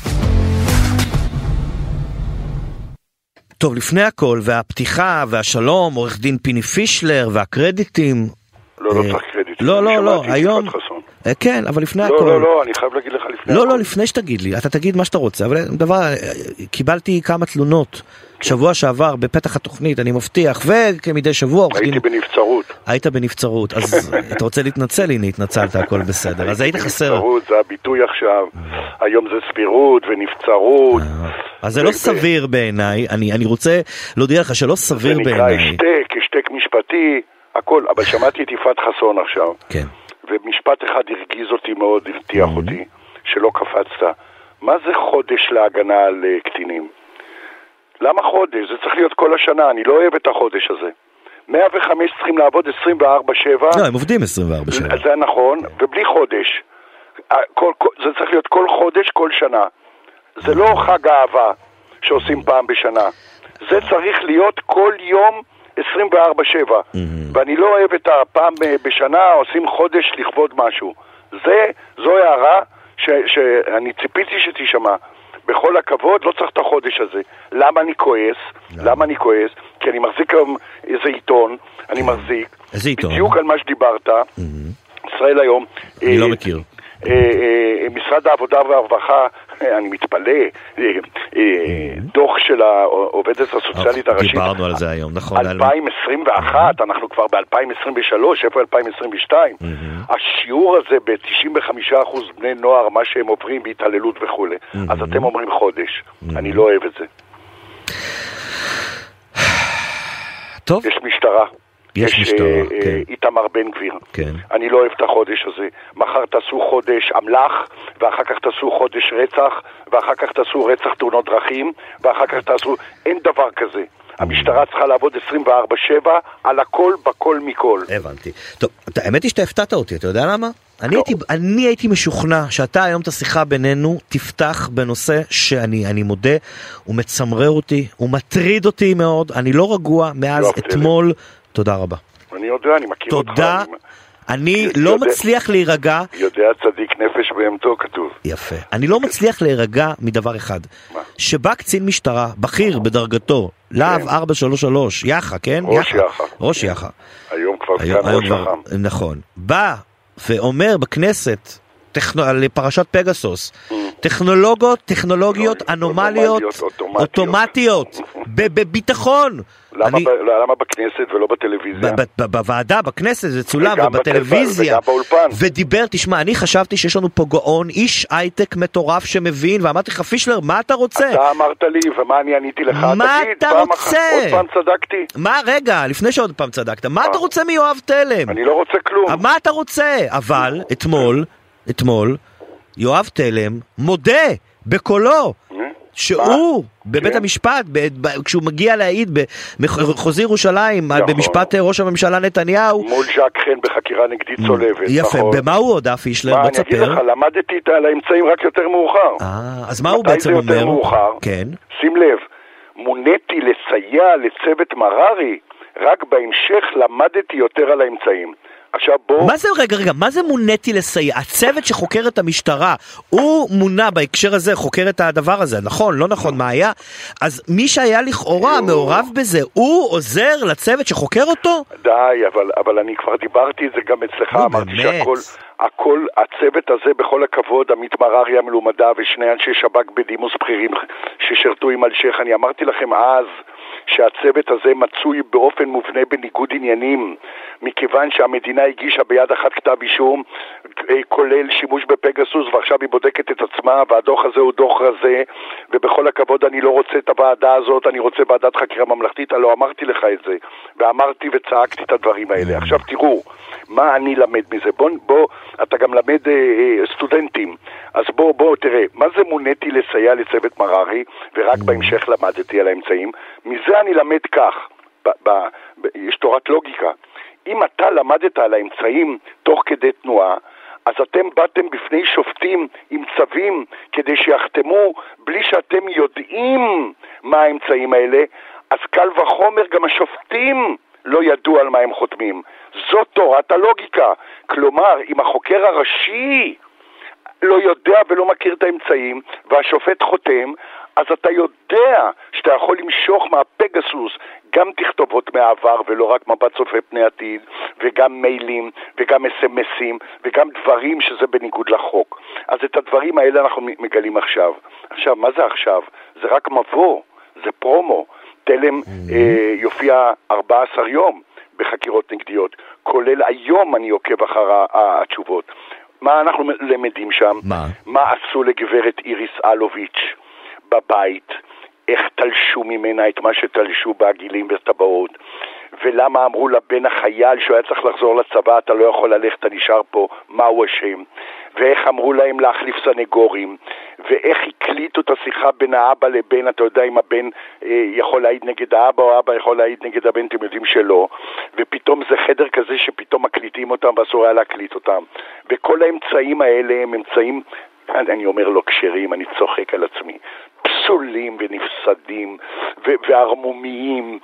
S2: טוב, לפני הכל, והפתיחה והשלום, עורך דין פיני פישלר והקרדיטים.
S7: לא צריך קרדיט.
S2: לא, היום. כן, אבל לפני הכל.
S7: לא, אני חייב להגיד לך לפני הכל.
S2: לא, לפני שתגיד לי, אתה תגיד מה שאתה רוצה, אבל דבר, קיבלתי כמה תלונות שבוע שעבר בפתח התוכנית, אני מבטיח, וכמדי שבוע...
S7: הייתי בנבצרות.
S2: היית בנבצרות, אז אתה רוצה להתנצל? הנה, התנצלת, הכל בסדר. אז היית חסר.
S7: בנבצרות, זה הביטוי עכשיו. היום זה סבירות ונבצרות.
S2: אז זה לא סביר בעיניי, אני רוצה להודיע לך שלא סביר בעיניי.
S7: זה נקרא השתק משפטי, הכל, אבל שמעתי את יפעת חסון עכשיו.
S2: כן.
S7: ומשפט אחד הרגיז אותי מאוד, הרתיח אותי, שלא קפצת. מה זה חודש להגנה על קטינים? למה חודש? זה צריך להיות כל השנה, אני לא אוהב את החודש הזה. 105 צריכים לעבוד 24/7.
S2: לא, הם עובדים 24/7.
S7: זה נכון, ובלי חודש. זה צריך להיות כל חודש, כל שנה. זה לא חג אהבה שעושים פעם בשנה. זה צריך להיות כל יום 24/7. ואני לא אוהב את הפעם בשנה עושים חודש לכבוד משהו. זו הערה שאני ציפיתי שתשמע. בכל הכבוד, לא צריך את החודש הזה. למה אני כועס? למה אני כועס? כי אני מחזיק איזה עיתון, אני מחזיק.
S2: איזה עיתון?
S7: בדיוק על מה שדיברת, ישראל היום.
S2: אני לא מכיר.
S7: משרד העבודה והרווחה, אני מתפלא, דוח של העובדת הסוציאלית הראשית.
S2: דיברנו על זה היום, נכון.
S7: 2021, אנחנו כבר ב-2023, איפה 2022? השיעור הזה ב-95% בני נוער, מה שהם עוברים בהתעללות וכו'. אז אתם אומרים חודש. אני לא אוהב את זה.
S2: טוב.
S7: יש משטרה.
S2: יש משטרה, כן.
S7: איתמר בן גביר.
S2: כן.
S7: אני לא אוהב את החודש הזה. מחר תעשו חודש אמל"ח, ואחר כך תעשו חודש רצח, ואחר כך תעשו רצח תאונות דרכים, ואחר כך תעשו... אין דבר כזה. המשטרה צריכה לעבוד 24/7 על הכל, בכל, מכל.
S2: הבנתי. טוב, האמת היא שאתה הפתעת אותי, אתה יודע למה? אני הייתי משוכנע שאתה היום את השיחה בינינו תפתח בנושא שאני מודה, הוא מצמרר אותי, הוא מטריד אותי מאוד, אני לא רגוע מאז אתמול. תודה רבה.
S7: אני יודע, אני מכיר אותך.
S2: תודה. אני לא מצליח להירגע.
S7: יודע צדיק נפש בהמתו כתוב.
S2: יפה. אני לא מצליח להירגע מדבר אחד. מה? שבא קצין משטרה, בכיר בדרגתו, להב 433, יחה, כן? ראש יחה.
S7: היום כבר סגן ראש אח"ם.
S2: נכון. בא ואומר בכנסת, על פרשת פגסוס, טכנולוגיות אנומליות אוטומטיות בביטחון.
S7: למה בכנסת ולא בטלוויזיה?
S2: בוועדה, בכנסת, זה צולם, ובטלוויזיה. ודיבר, תשמע, אני חשבתי שיש לנו פה גאון, איש הייטק מטורף שמבין, ואמרתי לך, פישלר, מה אתה רוצה?
S7: אתה אמרת לי, ומה אני עניתי לך?
S2: מה אתה רוצה?
S7: עוד פעם צדקתי.
S2: מה, רגע, לפני שעוד פעם צדקת, מה אתה רוצה מיואב תלם?
S7: אני לא רוצה כלום.
S2: מה אתה רוצה? אבל, אתמול, יואב תלם מודה בקולו שהוא בבית המשפט, כשהוא מגיע להעיד בחוזי ירושלים במשפט ראש הממשלה נתניהו
S7: מול ז'ק חן בחקירה נגדית צולבת.
S2: יפה, במה הוא הודה פישלר?
S7: אני אגיד לך, למדתי על האמצעים רק יותר מאוחר.
S2: אז מה הוא בעצם אומר?
S7: יותר מאוחר?
S2: כן.
S7: שים לב, מוניתי לסייע לצוות מררי, רק בהמשך למדתי יותר על האמצעים. עכשיו בוא...
S2: מה זה, רגע, מה זה מוניתי לסייע? הצוות שחוקר את המשטרה, הוא מונה בהקשר הזה, חוקר את הדבר הזה, נכון, לא נכון, מה היה? אז מי שהיה לכאורה מעורב בזה, הוא עוזר לצוות שחוקר אותו?
S7: די, אבל אני כבר דיברתי את זה גם אצלך, אמרתי שהכל, הצוות הזה בכל הכבוד, עמית מררי המלומדה ושני אנשי שב"כ בדימוס בכירים ששרתו עם אלשיך, אני אמרתי לכם אז שהצוות הזה מצוי באופן מובנה בניגוד עניינים, מכיוון שהמדינה הגישה ביד אחת כתב אישום, כולל שימוש בפגסוס, ועכשיו היא בודקת את עצמה, והדוח הזה הוא דוח רזה, ובכל הכבוד אני לא רוצה את הוועדה הזאת, אני רוצה ועדת חקירה ממלכתית, לא אמרתי לך את זה, ואמרתי וצעקתי את הדברים האלה. עכשיו תראו, מה אני למד מזה? בוא, אתה גם למד סטודנטים, אז בוא, תראה, מה זה מוניתי לסייע לצוות מררי, ורק בהמשך למדתי על האמצעים, מזה אני למד כך, יש תורת לוגיקה, אם אתה למדת על האמצעים תוך כדי תנועה, אז אתם באתם בפני שופטים עם צווים כדי שיחתמו בלי שאתם יודעים מה האמצעים האלה, אז קל וחומר גם השופטים לא ידעו על מה הם חותמים. זאת תורת הלוגיקה. כלומר, אם החוקר הראשי לא יודע ולא מכיר את האמצעים והשופט חותם, אז אתה יודע שאתה יכול למשוך מהפגסוס גם תכתובות מהעבר ולא רק מבט צופה פני עתיד, וגם מיילים וגם אס-אמסים וגם דברים שזה בניגוד לחוק. אז את הדברים האלה אנחנו מגלים עכשיו. עכשיו, מה זה עכשיו? זה רק מבוא, זה פרומו. תלם יופיע 14 יום בחקירות נגדיות, כולל היום אני עוקב אחר התשובות. מה אנחנו למדים שם? מה עשו לגברת איריס אלוביץ' בבית, איך תלשו ממנה את מה שתלשו בעגילים וטבעות, ולמה אמרו לבן החייל שהוא היה צריך לחזור לצבא, אתה לא יכול ללכת, אתה נשאר פה, מה הוא אשם, ואיך אמרו להם להחליף סנגורים, ואיך הקליטו את השיחה בין האבא לבן, אתה יודע אם הבן יכול להעיד נגד האבא או האבא יכול להעיד נגד הבן, אתם יודעים שלא, ופתאום זה חדר כזה שפתאום מקליטים אותם ואסור היה להקליט אותם, וכל האמצעים האלה הם אמצעים, אני אומר לא כשרים, אני צוחק על עצמי, פסולים ונפסדים והרמומיים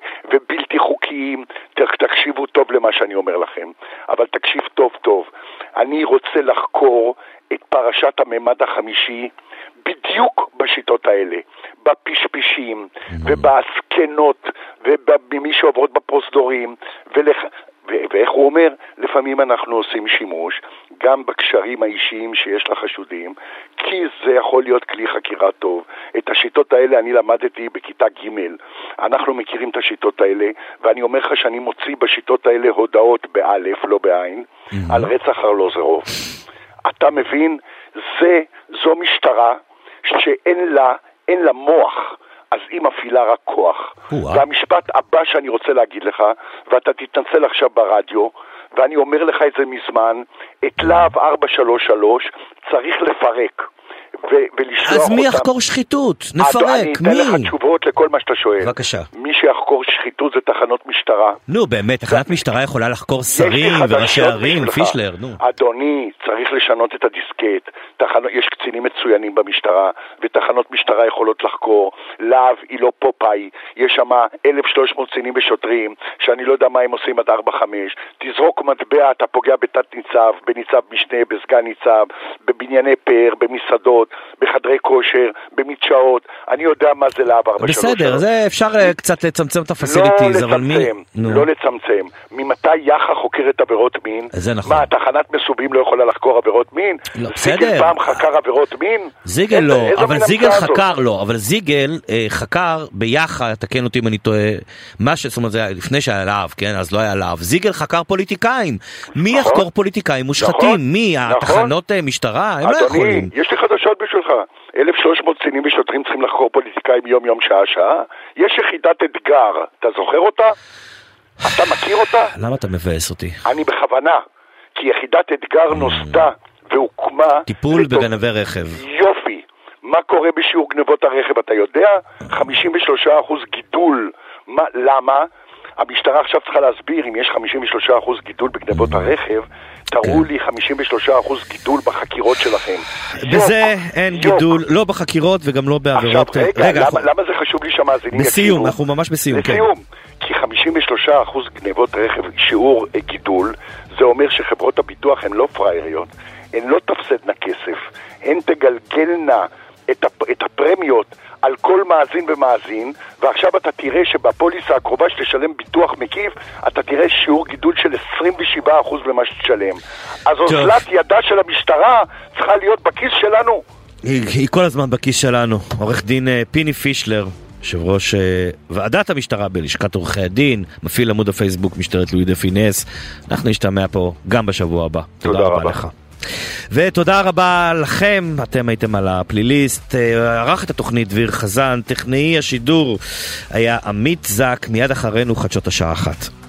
S7: ובלתי חוקיים. תקשיבו טוב למה שאני אומר לכם, אבל תקשיב טוב טוב. אני רוצה לחקור את פרשת הממד החמישי בדיוק בשיטות האלה, בפשפשים ובהסקנות ובמי שעוברות בפרוזדורים ואיך הוא אומר? לפעמים אנחנו עושים שימוש גם בקשרים האישיים שיש לחשודים, כי זה יכול להיות כלי חקירה טוב. את השיטות האלה אני למדתי בכיתה ג'. אנחנו מכירים את השיטות האלה, ואני אומר לך שאני מוציא בשיטות האלה הודעות באלף, לא בעין, על רצח ארלוזורוב. אתה מבין? זו משטרה שאין לה מוח, אז היא מפעילה רק כוח. והמשפט הבא שאני רוצה להגיד לך, ואתה תתנצל עכשיו ברדיו, ואני אומר לך את זה מזמן, את להב 433 צריך לפרק.
S2: אז מי יחקור שחיתות? נפרק,
S7: אני אתן לך תשובות לכל מה שאתה שואל.
S2: בבקשה.
S7: מי שיחקור שחיתות זה תחנות משטרה.
S2: נו, באמת, תחנת משטרה יכולה לחקור שרים וראשי ערים, פישלר, נו.
S7: אדוני, צריך לשנות את הדיסקט. יש קצינים מצוינים במשטרה, ותחנות משטרה יכולות לחקור. להב היא לא פופאי, יש שם 1,300 קצינים ושוטרים, שאני לא יודע מה הם עושים עד 4-5. תזרוק מטבע, אתה פוגע בתת ניצב, בניצב משנה, בסגן ניצב, בבנייני פאר, במסעדות, בחדרי כושר, במדשאות. אני יודע מה זה להב 433.
S2: בסדר, זה אפשר קצת לצמצם את הפסיליטיז, אבל מי...
S7: לא לצמצם. ממתי יח"א חוקרת עבירות מין?
S2: זה נכון.
S7: מה, תחנת מסובים לא יכולה לחקור עבירות מין?
S2: לא, בסדר.
S7: זיגל פעם חקר עבירות מין?
S2: זיגל לא, אבל זיגל חקר לא, אבל זיגל חקר ביח"א, תקן אותי אם אני טועה, זאת אומרת, זה לפני שהיה להב, כן? אז לא היה להב. זיגל חקר פוליטיקאים. מי יחקור פוליטיקאים מושחתים? מי? התחנות משטרה? הם לא יכולים.
S7: אדוני, יש לי חדשות בשבילך. 1,300 קצינים ושוטרים צריכים לחקור פוליטיקאים יום שעה. יש יחידת אתגר, אתה זוכר אותה? אתה מכיר אותה?
S2: למה אתה מבאס אותי?
S7: אני בכוונה, כי יחידת אתגר נוסדה והוקמה...
S2: טיפול בגנבי רכב.
S7: יופי. מה קורה בשיעור גנבות הרכב, אתה יודע? 53% גידול. למה? המשטרה עכשיו צריכה להסביר אם יש 53% גידול בגנבות הרכב, תראו לי 53% גידול בחקירות שלכם.
S2: בזה אין גידול, לא בחקירות וגם לא בעבירות.
S7: עכשיו, רגע, למה זה חשוב לי שהמאזינים יקשיבו?
S2: בסיום, אנחנו ממש בסיום.
S7: לסיום, כי 53% גנבות רכב, שיעור גידול, זה אומר שחברות הביטוח הן לא פרייריות, הן לא תפסדנה כסף, הן תגלגלנה את הפרמיות על כל מאזין ומאזין, ועכשיו אתה תראה שבפוליסה הקרובה שתשלם ביטוח מקיף, אתה תראה שיעור גידול של 27% במה שתשלם. אז אוזלת ידה של המשטרה צריכה להיות בכיס שלנו.
S2: היא כל הזמן בכיס שלנו. עורך דין פיני פישלר, יושב ראש ועדת המשטרה בלשכת עורכי הדין, מפעיל עמוד הפייסבוק משטרת לואי דה פינס. אנחנו נשתמע פה גם בשבוע הבא. תודה רבה לך. ותודה רבה לכם, אתם הייתם על הפליליסט. ערך את התוכנית דביר חזן, טכנאי השידור היה עמית זק. מיד אחרינו חדשות השעה 1.